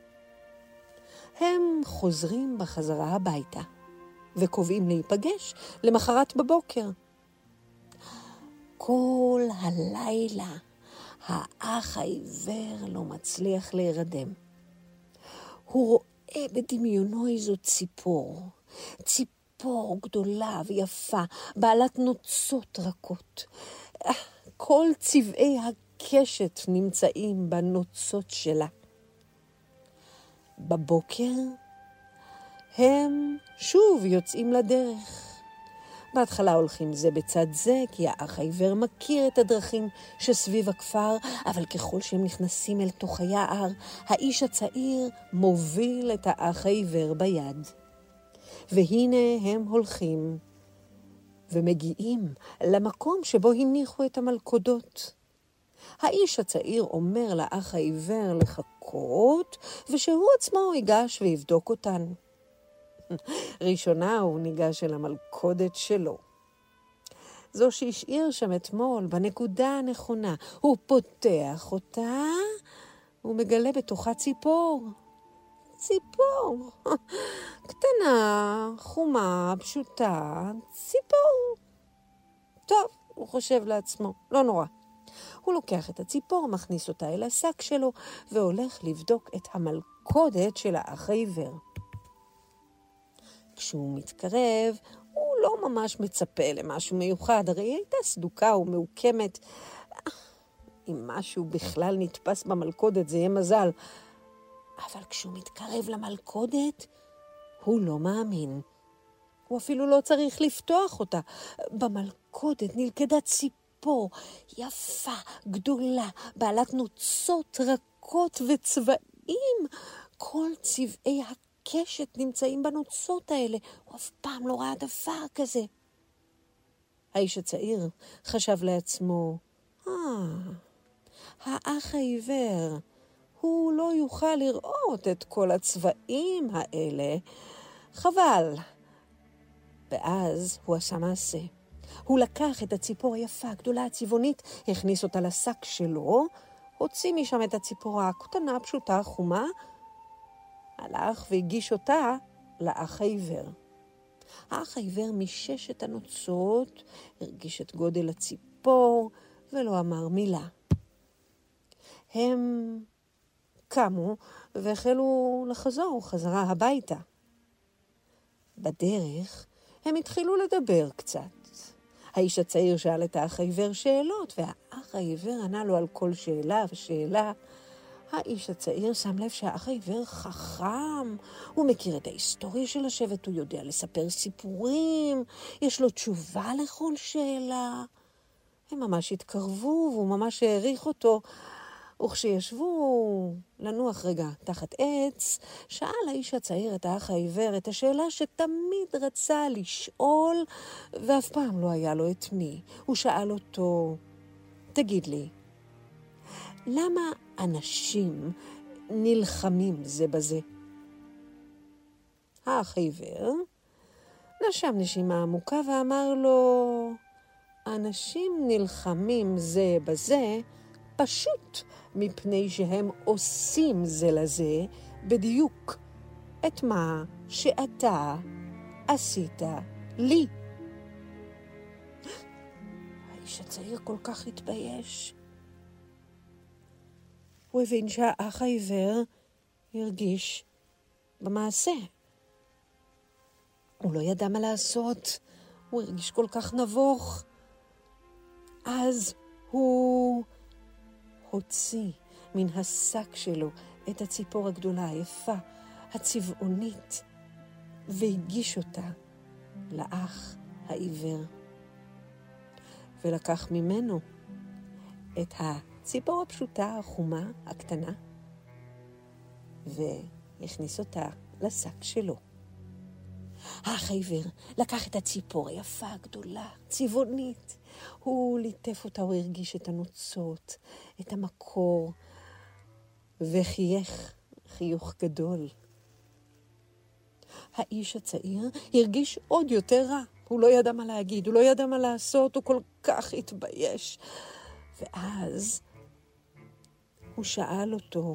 הם חוזרים בחזרה הביתה, וקובעים להיפגש למחרת בבוקר. כל הלילה האח העיוור לא מצליח להירדם. הוא רואה בדמיונו איזו ציפור, ציפור גדולה ויפה, בעלת נוצות רכות. כל צבעי הקשת נמצאים בנוצות שלה. בבוקר הם שוב יוצאים לדרך. בהתחלה הולכים זה בצד זה, כי האח העיוור מכיר את הדרכים שסביב הכפר, אבל ככל שהם נכנסים אל תוך היער, האיש הצעיר מוביל את האח העיוור ביד. והנה הם הולכים ומגיעים למקום שבו הניחו את המלכודות. האיש הצעיר אומר לאח העיוור לחכות, ושהוא עצמו ייגש ויבדוק אותן. ראשונה הוא ניגש אל המלכודת שלו. זו שהשאיר שם אתמול בנקודה הנכונה. הוא פותח אותה, הוא מגלה בתוכה ציפור. ציפור. קטנה, חומה, פשוטה, ציפור. טוב, הוא חושב לעצמו, לא נורא. הוא לוקח את הציפור, מכניס אותה אל השק שלו, והולך לבדוק את המלכודת של האח העיוור. כשהוא מתקרב, הוא לא ממש מצפה למשהו מיוחד, הרי היא הייתה סדוקה ומעוקמת. אם משהו בכלל נתפס במלכודת, זה יהיה מזל. אבל כשהוא מתקרב למלכודת, הוא לא מאמין. הוא אפילו לא צריך לפתוח אותה. במלכודת נלכדה ציפור יפה, גדולה, בעלת נוצות רכות וצבעים. כל צבעי הקשת נמצאים בנוצות האלה. הוא אף פעם לא ראה דבר כזה. האיש הצעיר חשב לעצמו, אה, האח העיוור, הוא לא יוכל לראות את כל הצבעים האלה. חבל. ואז הוא עשה מעשה. הוא לקח את הציפור היפה, הגדולה, הצבעונית, הכניס אותה לשק שלו, הוציא משם את הציפור הקטנה, הפשוטה, החומה, הלך והגיש אותה לאח העיוור. האח העיוור מישש את הנוצות, הרגיש את גודל הציפור, ולא אמר מילה. הם קמו והחלו לחזור חזרה הביתה. בדרך הם התחילו לדבר קצת. האיש הצעיר שאל את האח העיוור שאלות, והאח העיוור ענה לו על כל שאלה ושאלה. האיש הצעיר שם לב שהאח העיוור חכם, הוא מכיר את ההיסטוריה של השבט, הוא יודע לספר סיפורים, יש לו תשובה לכל שאלה. הם ממש התקרבו והוא ממש העריך אותו, וכשישבו לנוח רגע תחת עץ, שאל האיש הצעיר את האח העיוור את השאלה שתמיד רצה לשאול, ואף פעם לא היה לו את מי. הוא שאל אותו, תגיד לי, למה אנשים נלחמים זה בזה? האח העיוור נשם נשימה עמוקה ואמר לו, אנשים נלחמים זה בזה פשוט מפני שהם עושים זה לזה בדיוק את מה שאתה עשית לי. האיש הצעיר כל כך התבייש. הוא הבין שהאח העיוור הרגיש במעשה. הוא לא ידע מה לעשות, הוא הרגיש כל כך נבוך. אז הוא הוציא מן השק שלו את הציפור הגדולה, היפה, הצבעונית, והגיש אותה לאח העיוור. ולקח ממנו את הציפור הפשוטה, החומה, הקטנה, והכניס אותה לשק שלו. האח העיוור לקח את הציפור היפה הגדולה, צבעונית. הוא ליטף אותה, הוא הרגיש את הנוצות, את המקור, וחייך חיוך גדול. האיש הצעיר הרגיש עוד יותר רע. הוא לא ידע מה להגיד, הוא לא ידע מה לעשות, הוא כל כך התבייש. ואז הוא שאל אותו,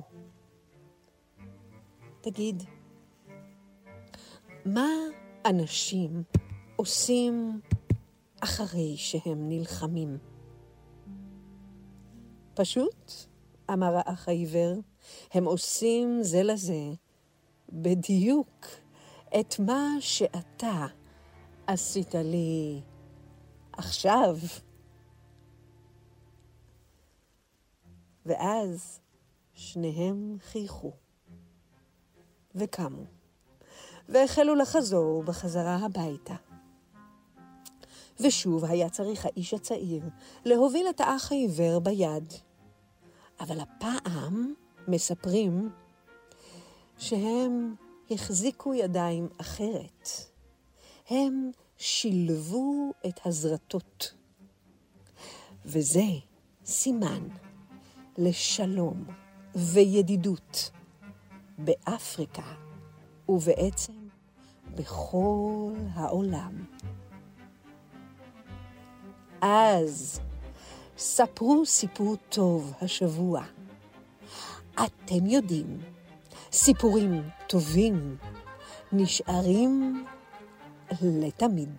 תגיד, מה אנשים עושים אחרי שהם נלחמים? פשוט, אמר האח העיוור, הם עושים זה לזה בדיוק את מה שאתה עשית לי עכשיו. ואז שניהם חייכו וקמו והחלו לחזור בחזרה הביתה. ושוב היה צריך האיש הצעיר להוביל את האח העיוור ביד. אבל הפעם מספרים שהם החזיקו ידיים אחרת. הם שילבו את הזרטות. וזה סימן לשלום וידידות באפריקה ובעצם בכל העולם. אז ספרו סיפור טוב השבוע. אתם יודעים, סיפורים טובים נשארים לתמיד.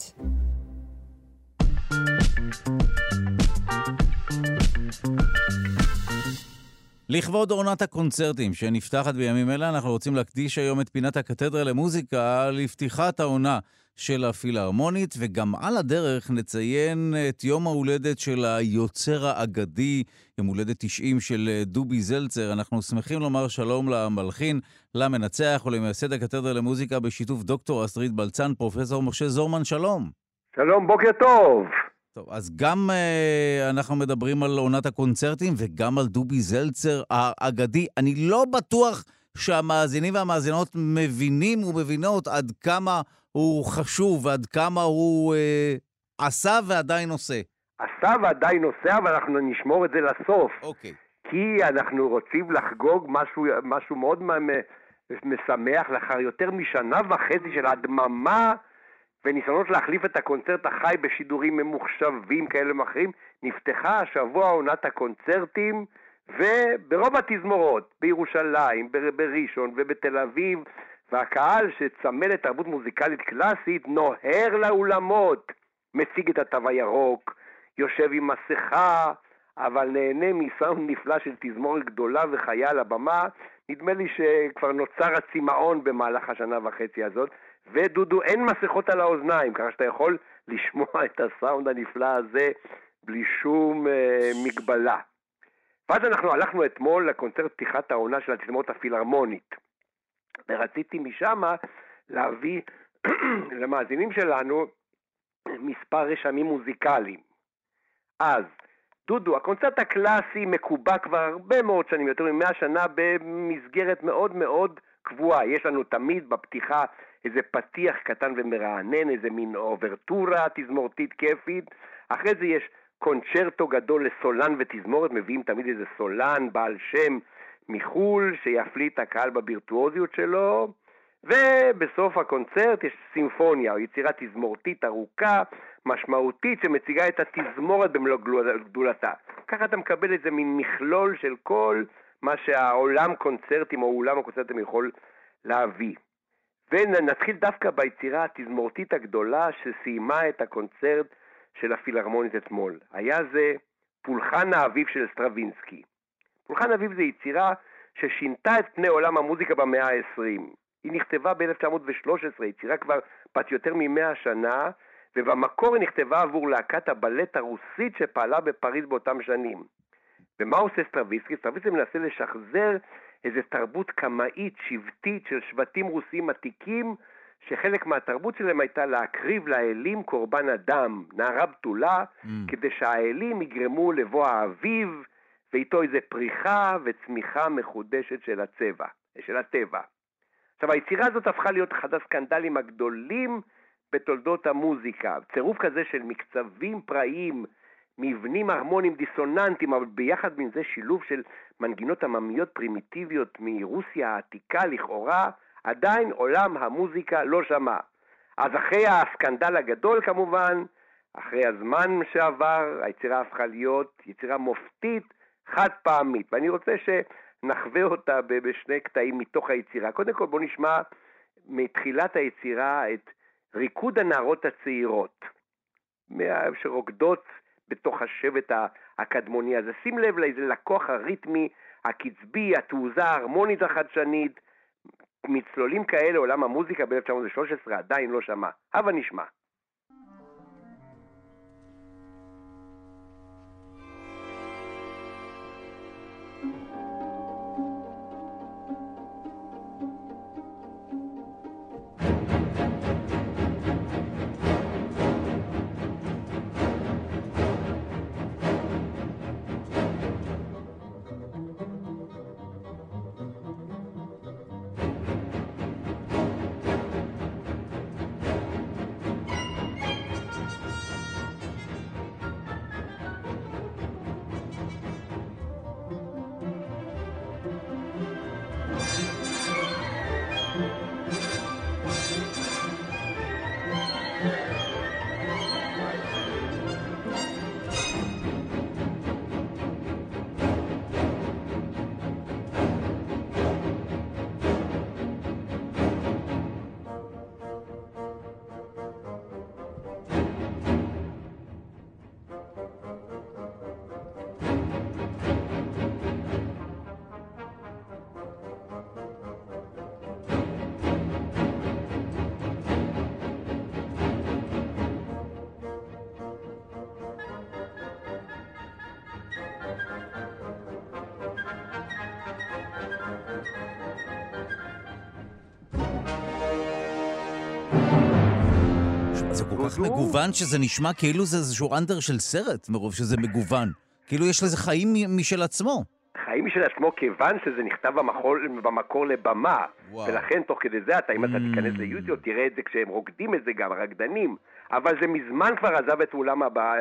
לכבוד עונת הקונצרטים שנפתחת בימים אלה, אנחנו רוצים להקדיש היום את פינת הקתדרה למוזיקה לפתיחת העונה של הפילהרמונית, וגם על הדרך נציין את יום ההולדת של היוצר האגדי, יום הולדת תשעים של דובי זלצר. אנחנו שמחים לומר שלום למלחין, למנצח ולמייסד הקתדרה למוזיקה בשיתוף דוקטור אסטרית בלצן, פרופסור משה זורמן, שלום. שלום, בוקר טוב. טוב, אז גם uh, אנחנו מדברים על עונת הקונצרטים וגם על דובי זלצר האגדי. אני לא בטוח שהמאזינים והמאזינות מבינים ומבינות עד כמה הוא חשוב ועד כמה הוא uh, עשה ועדיין עושה. עשה ועדיין עושה, אבל אנחנו נשמור את זה לסוף. אוקיי. כי אנחנו רוצים לחגוג משהו, משהו מאוד משמח לאחר יותר משנה וחצי של הדממה, וניסיונות להחליף את הקונצרט החי בשידורים ממוחשבים כאלה ואחרים. נפתחה השבוע עונת הקונצרטים, וברוב התזמורות, בירושלים, בראשון ובתל אביב, והקהל שצמא לתרבות מוזיקלית קלאסית נוהר לאולמות, מציג את התו הירוק, יושב עם מסכה, אבל נהנה מסאונד נפלא של תזמורת גדולה וחיה על הבמה. נדמה לי שכבר נוצר הצמאון במהלך השנה וחצי הזאת, ודודו, אין מסכות על האוזניים, ככה שאתה יכול לשמוע את הסאונד הנפלא הזה בלי שום אה, מגבלה. ואז אנחנו הלכנו אתמול לקונצרט פתיחת העונה של התזמורת הפילהרמונית, ורציתי משם להביא למאזינים שלנו מספר רשמים מוזיקליים. אז, דודו, הקונצרט הקלאסי מקובע כבר הרבה מאוד שנים, יותר ממאה שנה, במסגרת מאוד מאוד קבועה. יש לנו תמיד בפתיחה איזה פתיח קטן ומרענן, איזה מין אוברטורה תזמורתית כיפית. אחרי זה יש קונצ'רטו גדול לסולן ותזמורת, מביאים תמיד איזה סולן בעל שם מחול שיפליא את הקהל בבירטואוזיות שלו. ובסוף הקונצרט יש סימפוניה או יצירה תזמורתית ארוכה, משמעותית, שמציגה את התזמורת במלוא גדולתה. ככה אתה מקבל איזה מין מכלול של כל מה שהעולם קונצרטים או אולם הקונצרטים יכול להביא. ונתחיל דווקא ביצירה התזמורתית הגדולה שסיימה את הקונצרט של הפילהרמונית אתמול. היה זה פולחן האביב של סטרווינסקי. פולחן האביב זה יצירה ששינתה את פני עולם המוזיקה במאה ה-עשרים. היא נכתבה ב-אלף תשע מאות ושלוש עשרה, יצירה כבר בת יותר ממאה שנה, ובמקור היא נכתבה עבור להקת הבלט הרוסית שפעלה בפריז באותם שנים. ומה עושה סטרווינסקי? סטרווינסקי מנסה לשחזר איזו תרבות קמאית, שבטית של שבטים רוסיים עתיקים, שחלק מהתרבות שלהם הייתה להקריב לאלים קורבן אדם, נערה בתולה, mm. כדי שהאלים יגרמו לבוא האביב, ואיתו איזו פריחה וצמיחה מחודשת של הצבע, של הטבע. עכשיו, היצירה הזאת הפכה להיות אחד הסקנדלים הגדולים בתולדות המוזיקה. צירוף כזה של מקצבים פראיים, מבנים הרמוניים דיסוננטיים, אבל ביחד מן זה שילוב של מנגינות עממיות פרימיטיביות מרוסיה העתיקה לכאורה, עדיין עולם המוזיקה לא שמע. אז אחרי הסקנדל הגדול כמובן, אחרי הזמן שעבר, היצירה הפכה להיות יצירה מופתית, חד פעמית, ואני רוצה שנחווה אותה בשני קטעים מתוך היצירה. קודם כל בוא נשמע מתחילת היצירה את ריקוד הנערות הצעירות, שרוקדות בתוך השבט הקדמוני הזה. שים לב לאיזה לקוח הריתמי, הקצבי, התעוזה ההרמונית החדשנית, מצלולים כאלה עולם המוזיקה ב-אלף תשע מאות ושלוש עשרה עדיין לא שמע. הבה נשמע. זה כל כך מגוון שזה נשמע כאילו זה איזשהו אנדר של סרט, מרוב שזה מגוון. כאילו יש לזה חיים משל עצמו. חיים משל עצמו כיוון שזה נכתב במקור, במקור לבמה. וואו. ולכן תוך כדי זה, אתה, אם אתה תיכנס ליוטיוב, תראה את זה כשהם רוקדים את זה גם, הרקדנים. אבל זה מזמן כבר עזב את אולם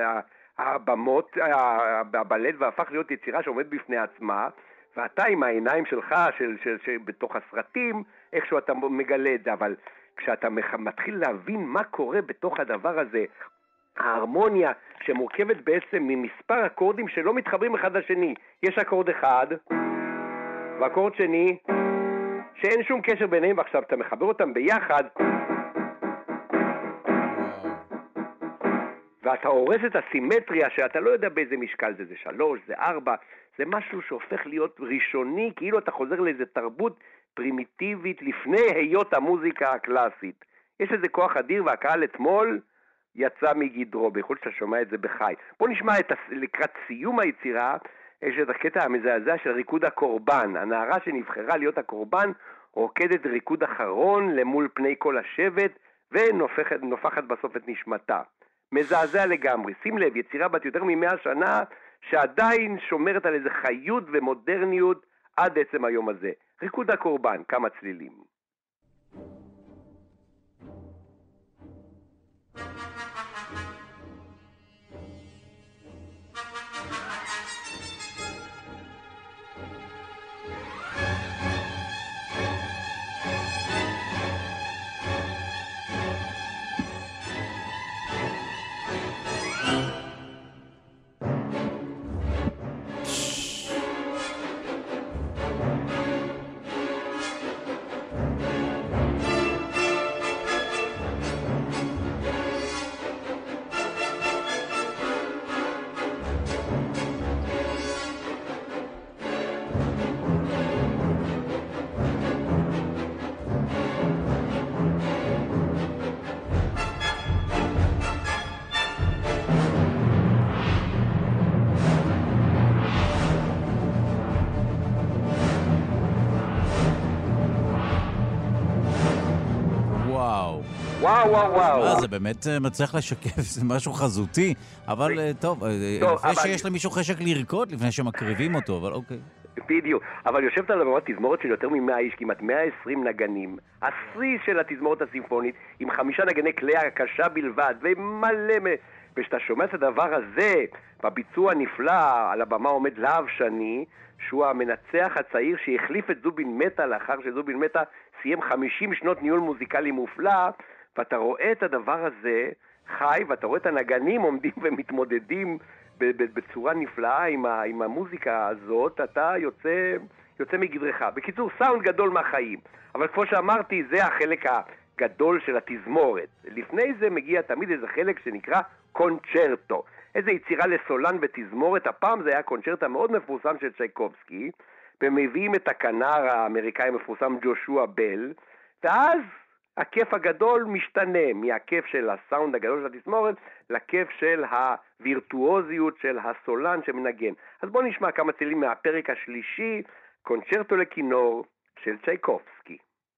הבמות, הבלט, והפך להיות יצירה שעומד בפני עצמה. ואתה עם העיניים שלך, של, של, של, בתוך הסרטים, איכשהו אתה מגלה את זה, אבל כשאתה מתחיל להבין מה קורה בתוך הדבר הזה, ההרמוניה שמורכבת בעצם ממספר אקורדים שלא מתחברים אחד לשני. יש אקורד אחד, ואקורד שני, שאין שום קשר ביניהם, ועכשיו אתה מחבר אותם ביחד, ואתה הורס את הסימטריה שאתה לא יודע באיזה משקל זה, זה שלוש, זה ארבע, זה משהו שהופך להיות ראשוני, כאילו אתה חוזר לאיזה תרבות פרימיטיבית לפני היות המוזיקה הקלאסית. יש איזה כוח אדיר, והקהל אתמול יצא מגדרו, בייחוד שאתה שומע את זה בחי. בוא נשמע את לקראת סיום היצירה, יש את הקטע המזעזע של ריקוד הקורבן. הנערה שנבחרה להיות הקורבן רוקדת ריקוד אחרון למול פני כל השבט, ונופחת בסוף את נשמתה. מזעזע לגמרי. שים לב, יצירה בת יותר ממאה שנה, שעדיין שומרת על איזה חיות ומודרניות עד עצם היום הזה. ריקוד הקורבן, כמה צלילים. וואו, וואו, וואו. זה באמת מצליח לשקף, זה משהו חזותי, אבל טוב, יפה שיש למישהו חשק לרקוד לפני שמקריבים אותו, אבל אוקיי. בדיוק, אבל יושבת על הבמה תזמורת של יותר מ-מאה איש, כמעט מאה ועשרים נגנים. השיא של התזמורת הסימפונית, עם חמישה נגני כלי הקשה בלבד, ומלא מ... וכשאתה שומע את הדבר הזה, בביצוע הנפלא, על הבמה עומד להב שני, שהוא המנצח הצעיר שהחליף את זובין מטה, לאחר שזובין מטה סיים חמישים שנות ניהול מוזיקלי מופלא, ואתה רואה את הדבר הזה חי, ואתה רואה את הנגנים עומדים ומתמודדים בצורה נפלאה עם, ה, עם המוזיקה הזאת, אתה יוצא, יוצא מגדרך. בקיצור, סאונד גדול מהחיים. אבל כמו שאמרתי, זה החלק הגדול של התזמורת. לפני זה מגיע תמיד איזה חלק שנקרא קונצ'רטו. איזו יצירה לסולן ותזמורת. הפעם זה היה קונצ'רטה מאוד מפורסם של צ'ייקובסקי, ומביאים את הכנר האמריקאי המפורסם ג'ושוע בל, ואז הכיף הגדול משתנה מהכיף של הסאונד הגדול של התזמורת לכיף של הווירטואוזיות של הסולן שמנגן. אז בואו נשמע כמה צלילים מהפרק השלישי, קונצ'רטו לכינור של צ'ייקובסקי.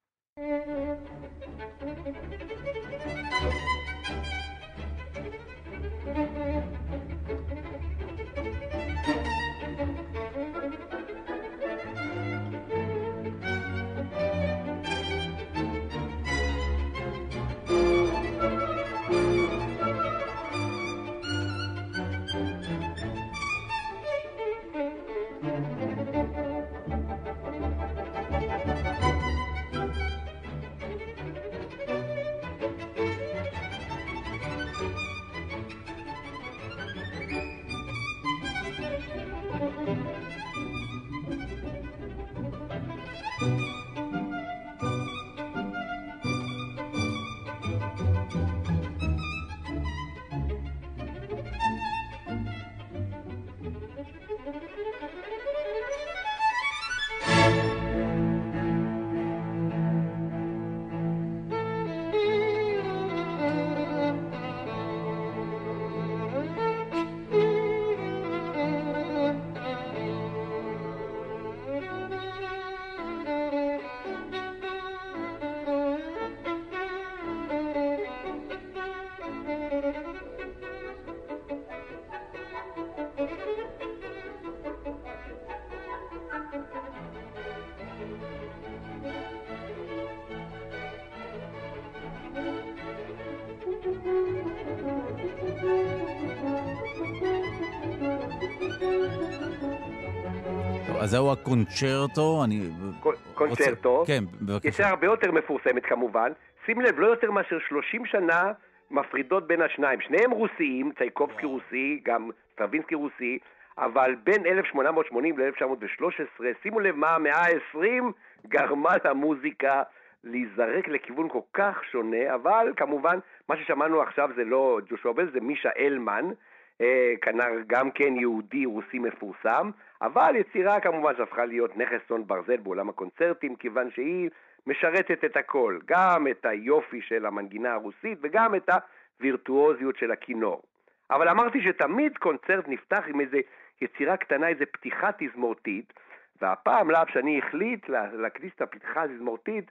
אז זהו הקונצ'רטו, אני... קונצ'רטו, כן, בבקשה. יצירה הרבה יותר מפורסמת כמובן. שים לב, לא יותר מאשר שלושים שנה מפרידות בין השניים. שניהם רוסיים, צ'ייקובסקי רוסי, גם סטרווינסקי רוסי, אבל בין אלף שמונה מאות שמונים ל-אלף תשע מאות ושלוש עשרה, שימו לב מה המאה ה-עשרים גרמה למוזיקה להיזרק לכיוון כל כך שונה, אבל כמובן מה ששמענו עכשיו זה לא ג'ושוע בל, זה מישה אלמן, אה, כנר גם כן יהודי רוסי מפורסם, אבל יצירה כמובן שהפכה להיות נכס צאן ברזל בעולם הקונצרטים, כיוון שהיא משרתת את הכל, גם את היופי של המנגינה הרוסית וגם את הווירטואוזיות של הכינור. אבל אמרתי שתמיד קונצרט נפתח עם איזו יצירה קטנה, איזו פתיחה תזמורתית, והפעם להב שני החליט להקדיש את הפתיחה התזמורתית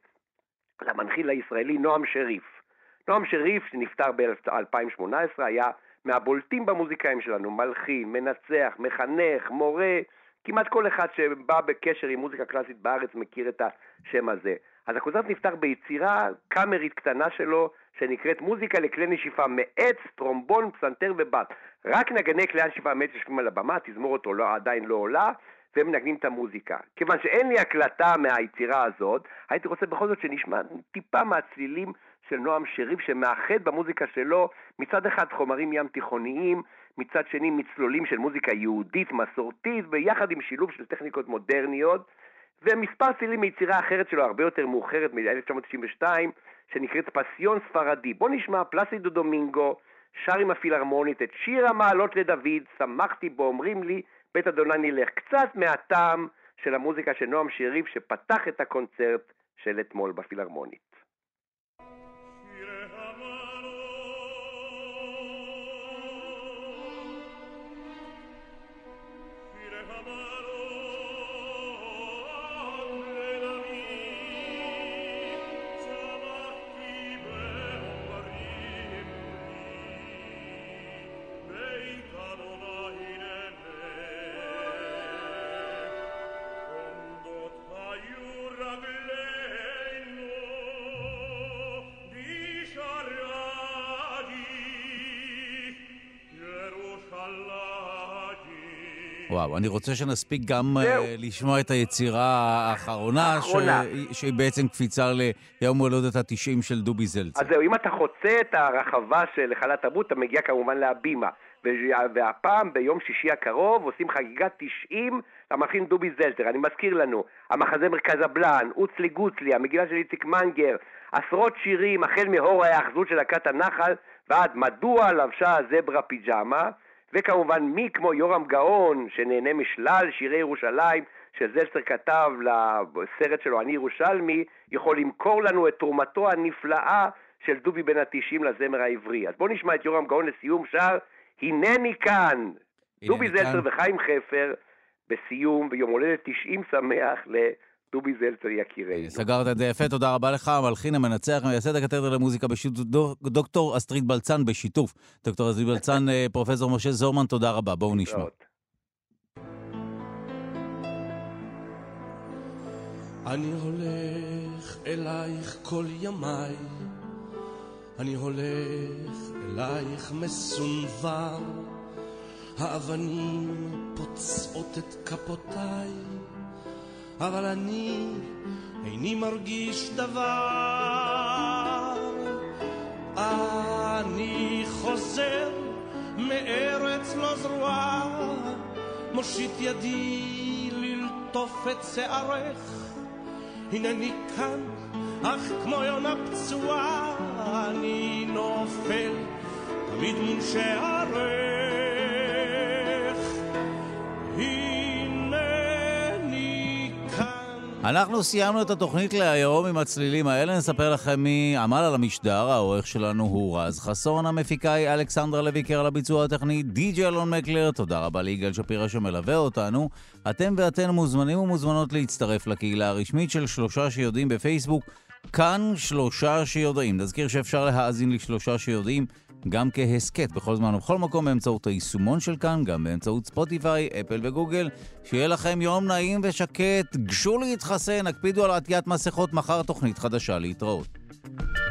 למנחיל הישראלי נועם שריף. נועם שריף שנפטר ב-אלפיים שמונה עשרה היה מהבולטים במוזיקאים שלנו, מלחין, מנצח, מחנך, מורה, כמעט כל אחד שבא בקשר עם מוזיקה קלאסית בארץ מכיר את השם הזה. אז הקונצרט נפתח ביצירה קאמרית קטנה שלו שנקראת מוזיקה לכלי נשיפה מעץ, טרומבון, פסנתר ובס. רק נגני כלי הנשיפה מעץ יושבים על הבמה, תזמורת לא, עדיין לא עולה, והם מנגנים את המוזיקה. כיוון שאין לי הקלטה מהיצירה הזאת, הייתי רוצה בכל זאת שנשמע טיפה מהצלילים של נועם שריף שמאחד במוזיקה שלו מצד אחד חומרים ים תיכוניים, מצד שני מצלולים של מוזיקה יהודית מסורתית ביחד עם שילוב של טכניקות מודרניות, ומספר צלילים מיצירה אחרת שלו הרבה יותר מאוחרת מ-אלף תשע מאות תשעים ושתיים שנקראת פסיון ספרדי. בוא נשמע פלסידו דומינגו שר עם הפילהרמונית את שיר המעלות לדוד, שמחתי בו אומרים לי בית אדוני נלך, קצת מהטעם של המוזיקה של נועם שריף שפתח את הקונצרט של אתמול בפילהרמונית. וואו, אני רוצה שנספיק גם uh, לשמוע את היצירה האחרונה, ש... שהיא בעצם קפיצה ליום הולדת ה-תשעים של דובי זלצר. אז זהו, אם אתה חוצה את הרחבה של היכל התרבות, אתה מגיע כמובן להבימה. והפעם ביום שישי הקרוב עושים חגיגת תשעים למלחין דובי זלצר. אני מזכיר לנו, המחזה מרכז הבלן, אוצלי גוצלי, המגילה של איציק מנגר, עשרות שירים, החל מהור ההאחזות של להקת הנחל ועד מדוע לבשה הזברה פיג'מה, וכמובן מי כמו יורם גאון שנהנה משלל שירי ירושלים שזלצר כתב לסרט שלו אני ירושלמי, יכול למכור לנו את תרומתו הנפלאה של דובי בן התשעים לזמר העברי. אז בואו נשמע את יורם גאון לסיום שר הנני כאן, דובי זלצר וחיים חפר בסיום ביום הולדת תשעים שמח לדובי זלצר יקירנו. סגרת את זה יפה, תודה רבה לך. המלחין המנצח מייסד הקתדרה למוזיקה בשיתוף דוקטור אסטרית בלצן בשיתוף דוקטור אסטרית בלצן, פרופסור משה זורמן, תודה רבה. בואו נשמע. אני הולך אלייך כל ימיי, אני הולך אלייך מסונבר, האבנים פוצעות את כפותיי, אבל אני איני מרגיש דבר. אני חוזר מארץ לא זרועה, מושיט ידי ללטוף את שערך, הנני כאן אך כמו יונה פצועה, אני נופל תמיד מול שערך, הנני כאן. אנחנו סיימנו את התוכנית להיום עם הצלילים האלה. נספר לכם מי עמל על המשדר. העורך שלנו הוא רז חסון, המפיקאי אלכסנדרה לויקר, על הביצוע הטכני די.ג'יי אלון מקלר. תודה רבה ליגאל שפירא שמלווה אותנו. אתם ואתן מוזמנים ומוזמנות להצטרף לקהילה הרשמית של שלושה שיודעים בפייסבוק, כאן שלושה שיודעים. נזכיר שאפשר להאזין לשלושה שיודעים גם כהסקט בכל זמן ובכל מקום באמצעות היישומון של כאן, גם באמצעות ספוטיפיי, אפל וגוגל. שיהיה לכם יום נעים ושקט, גשו להתחסן, הקפידו על עטיית מסכות, מחר תוכנית חדשה, להתראות.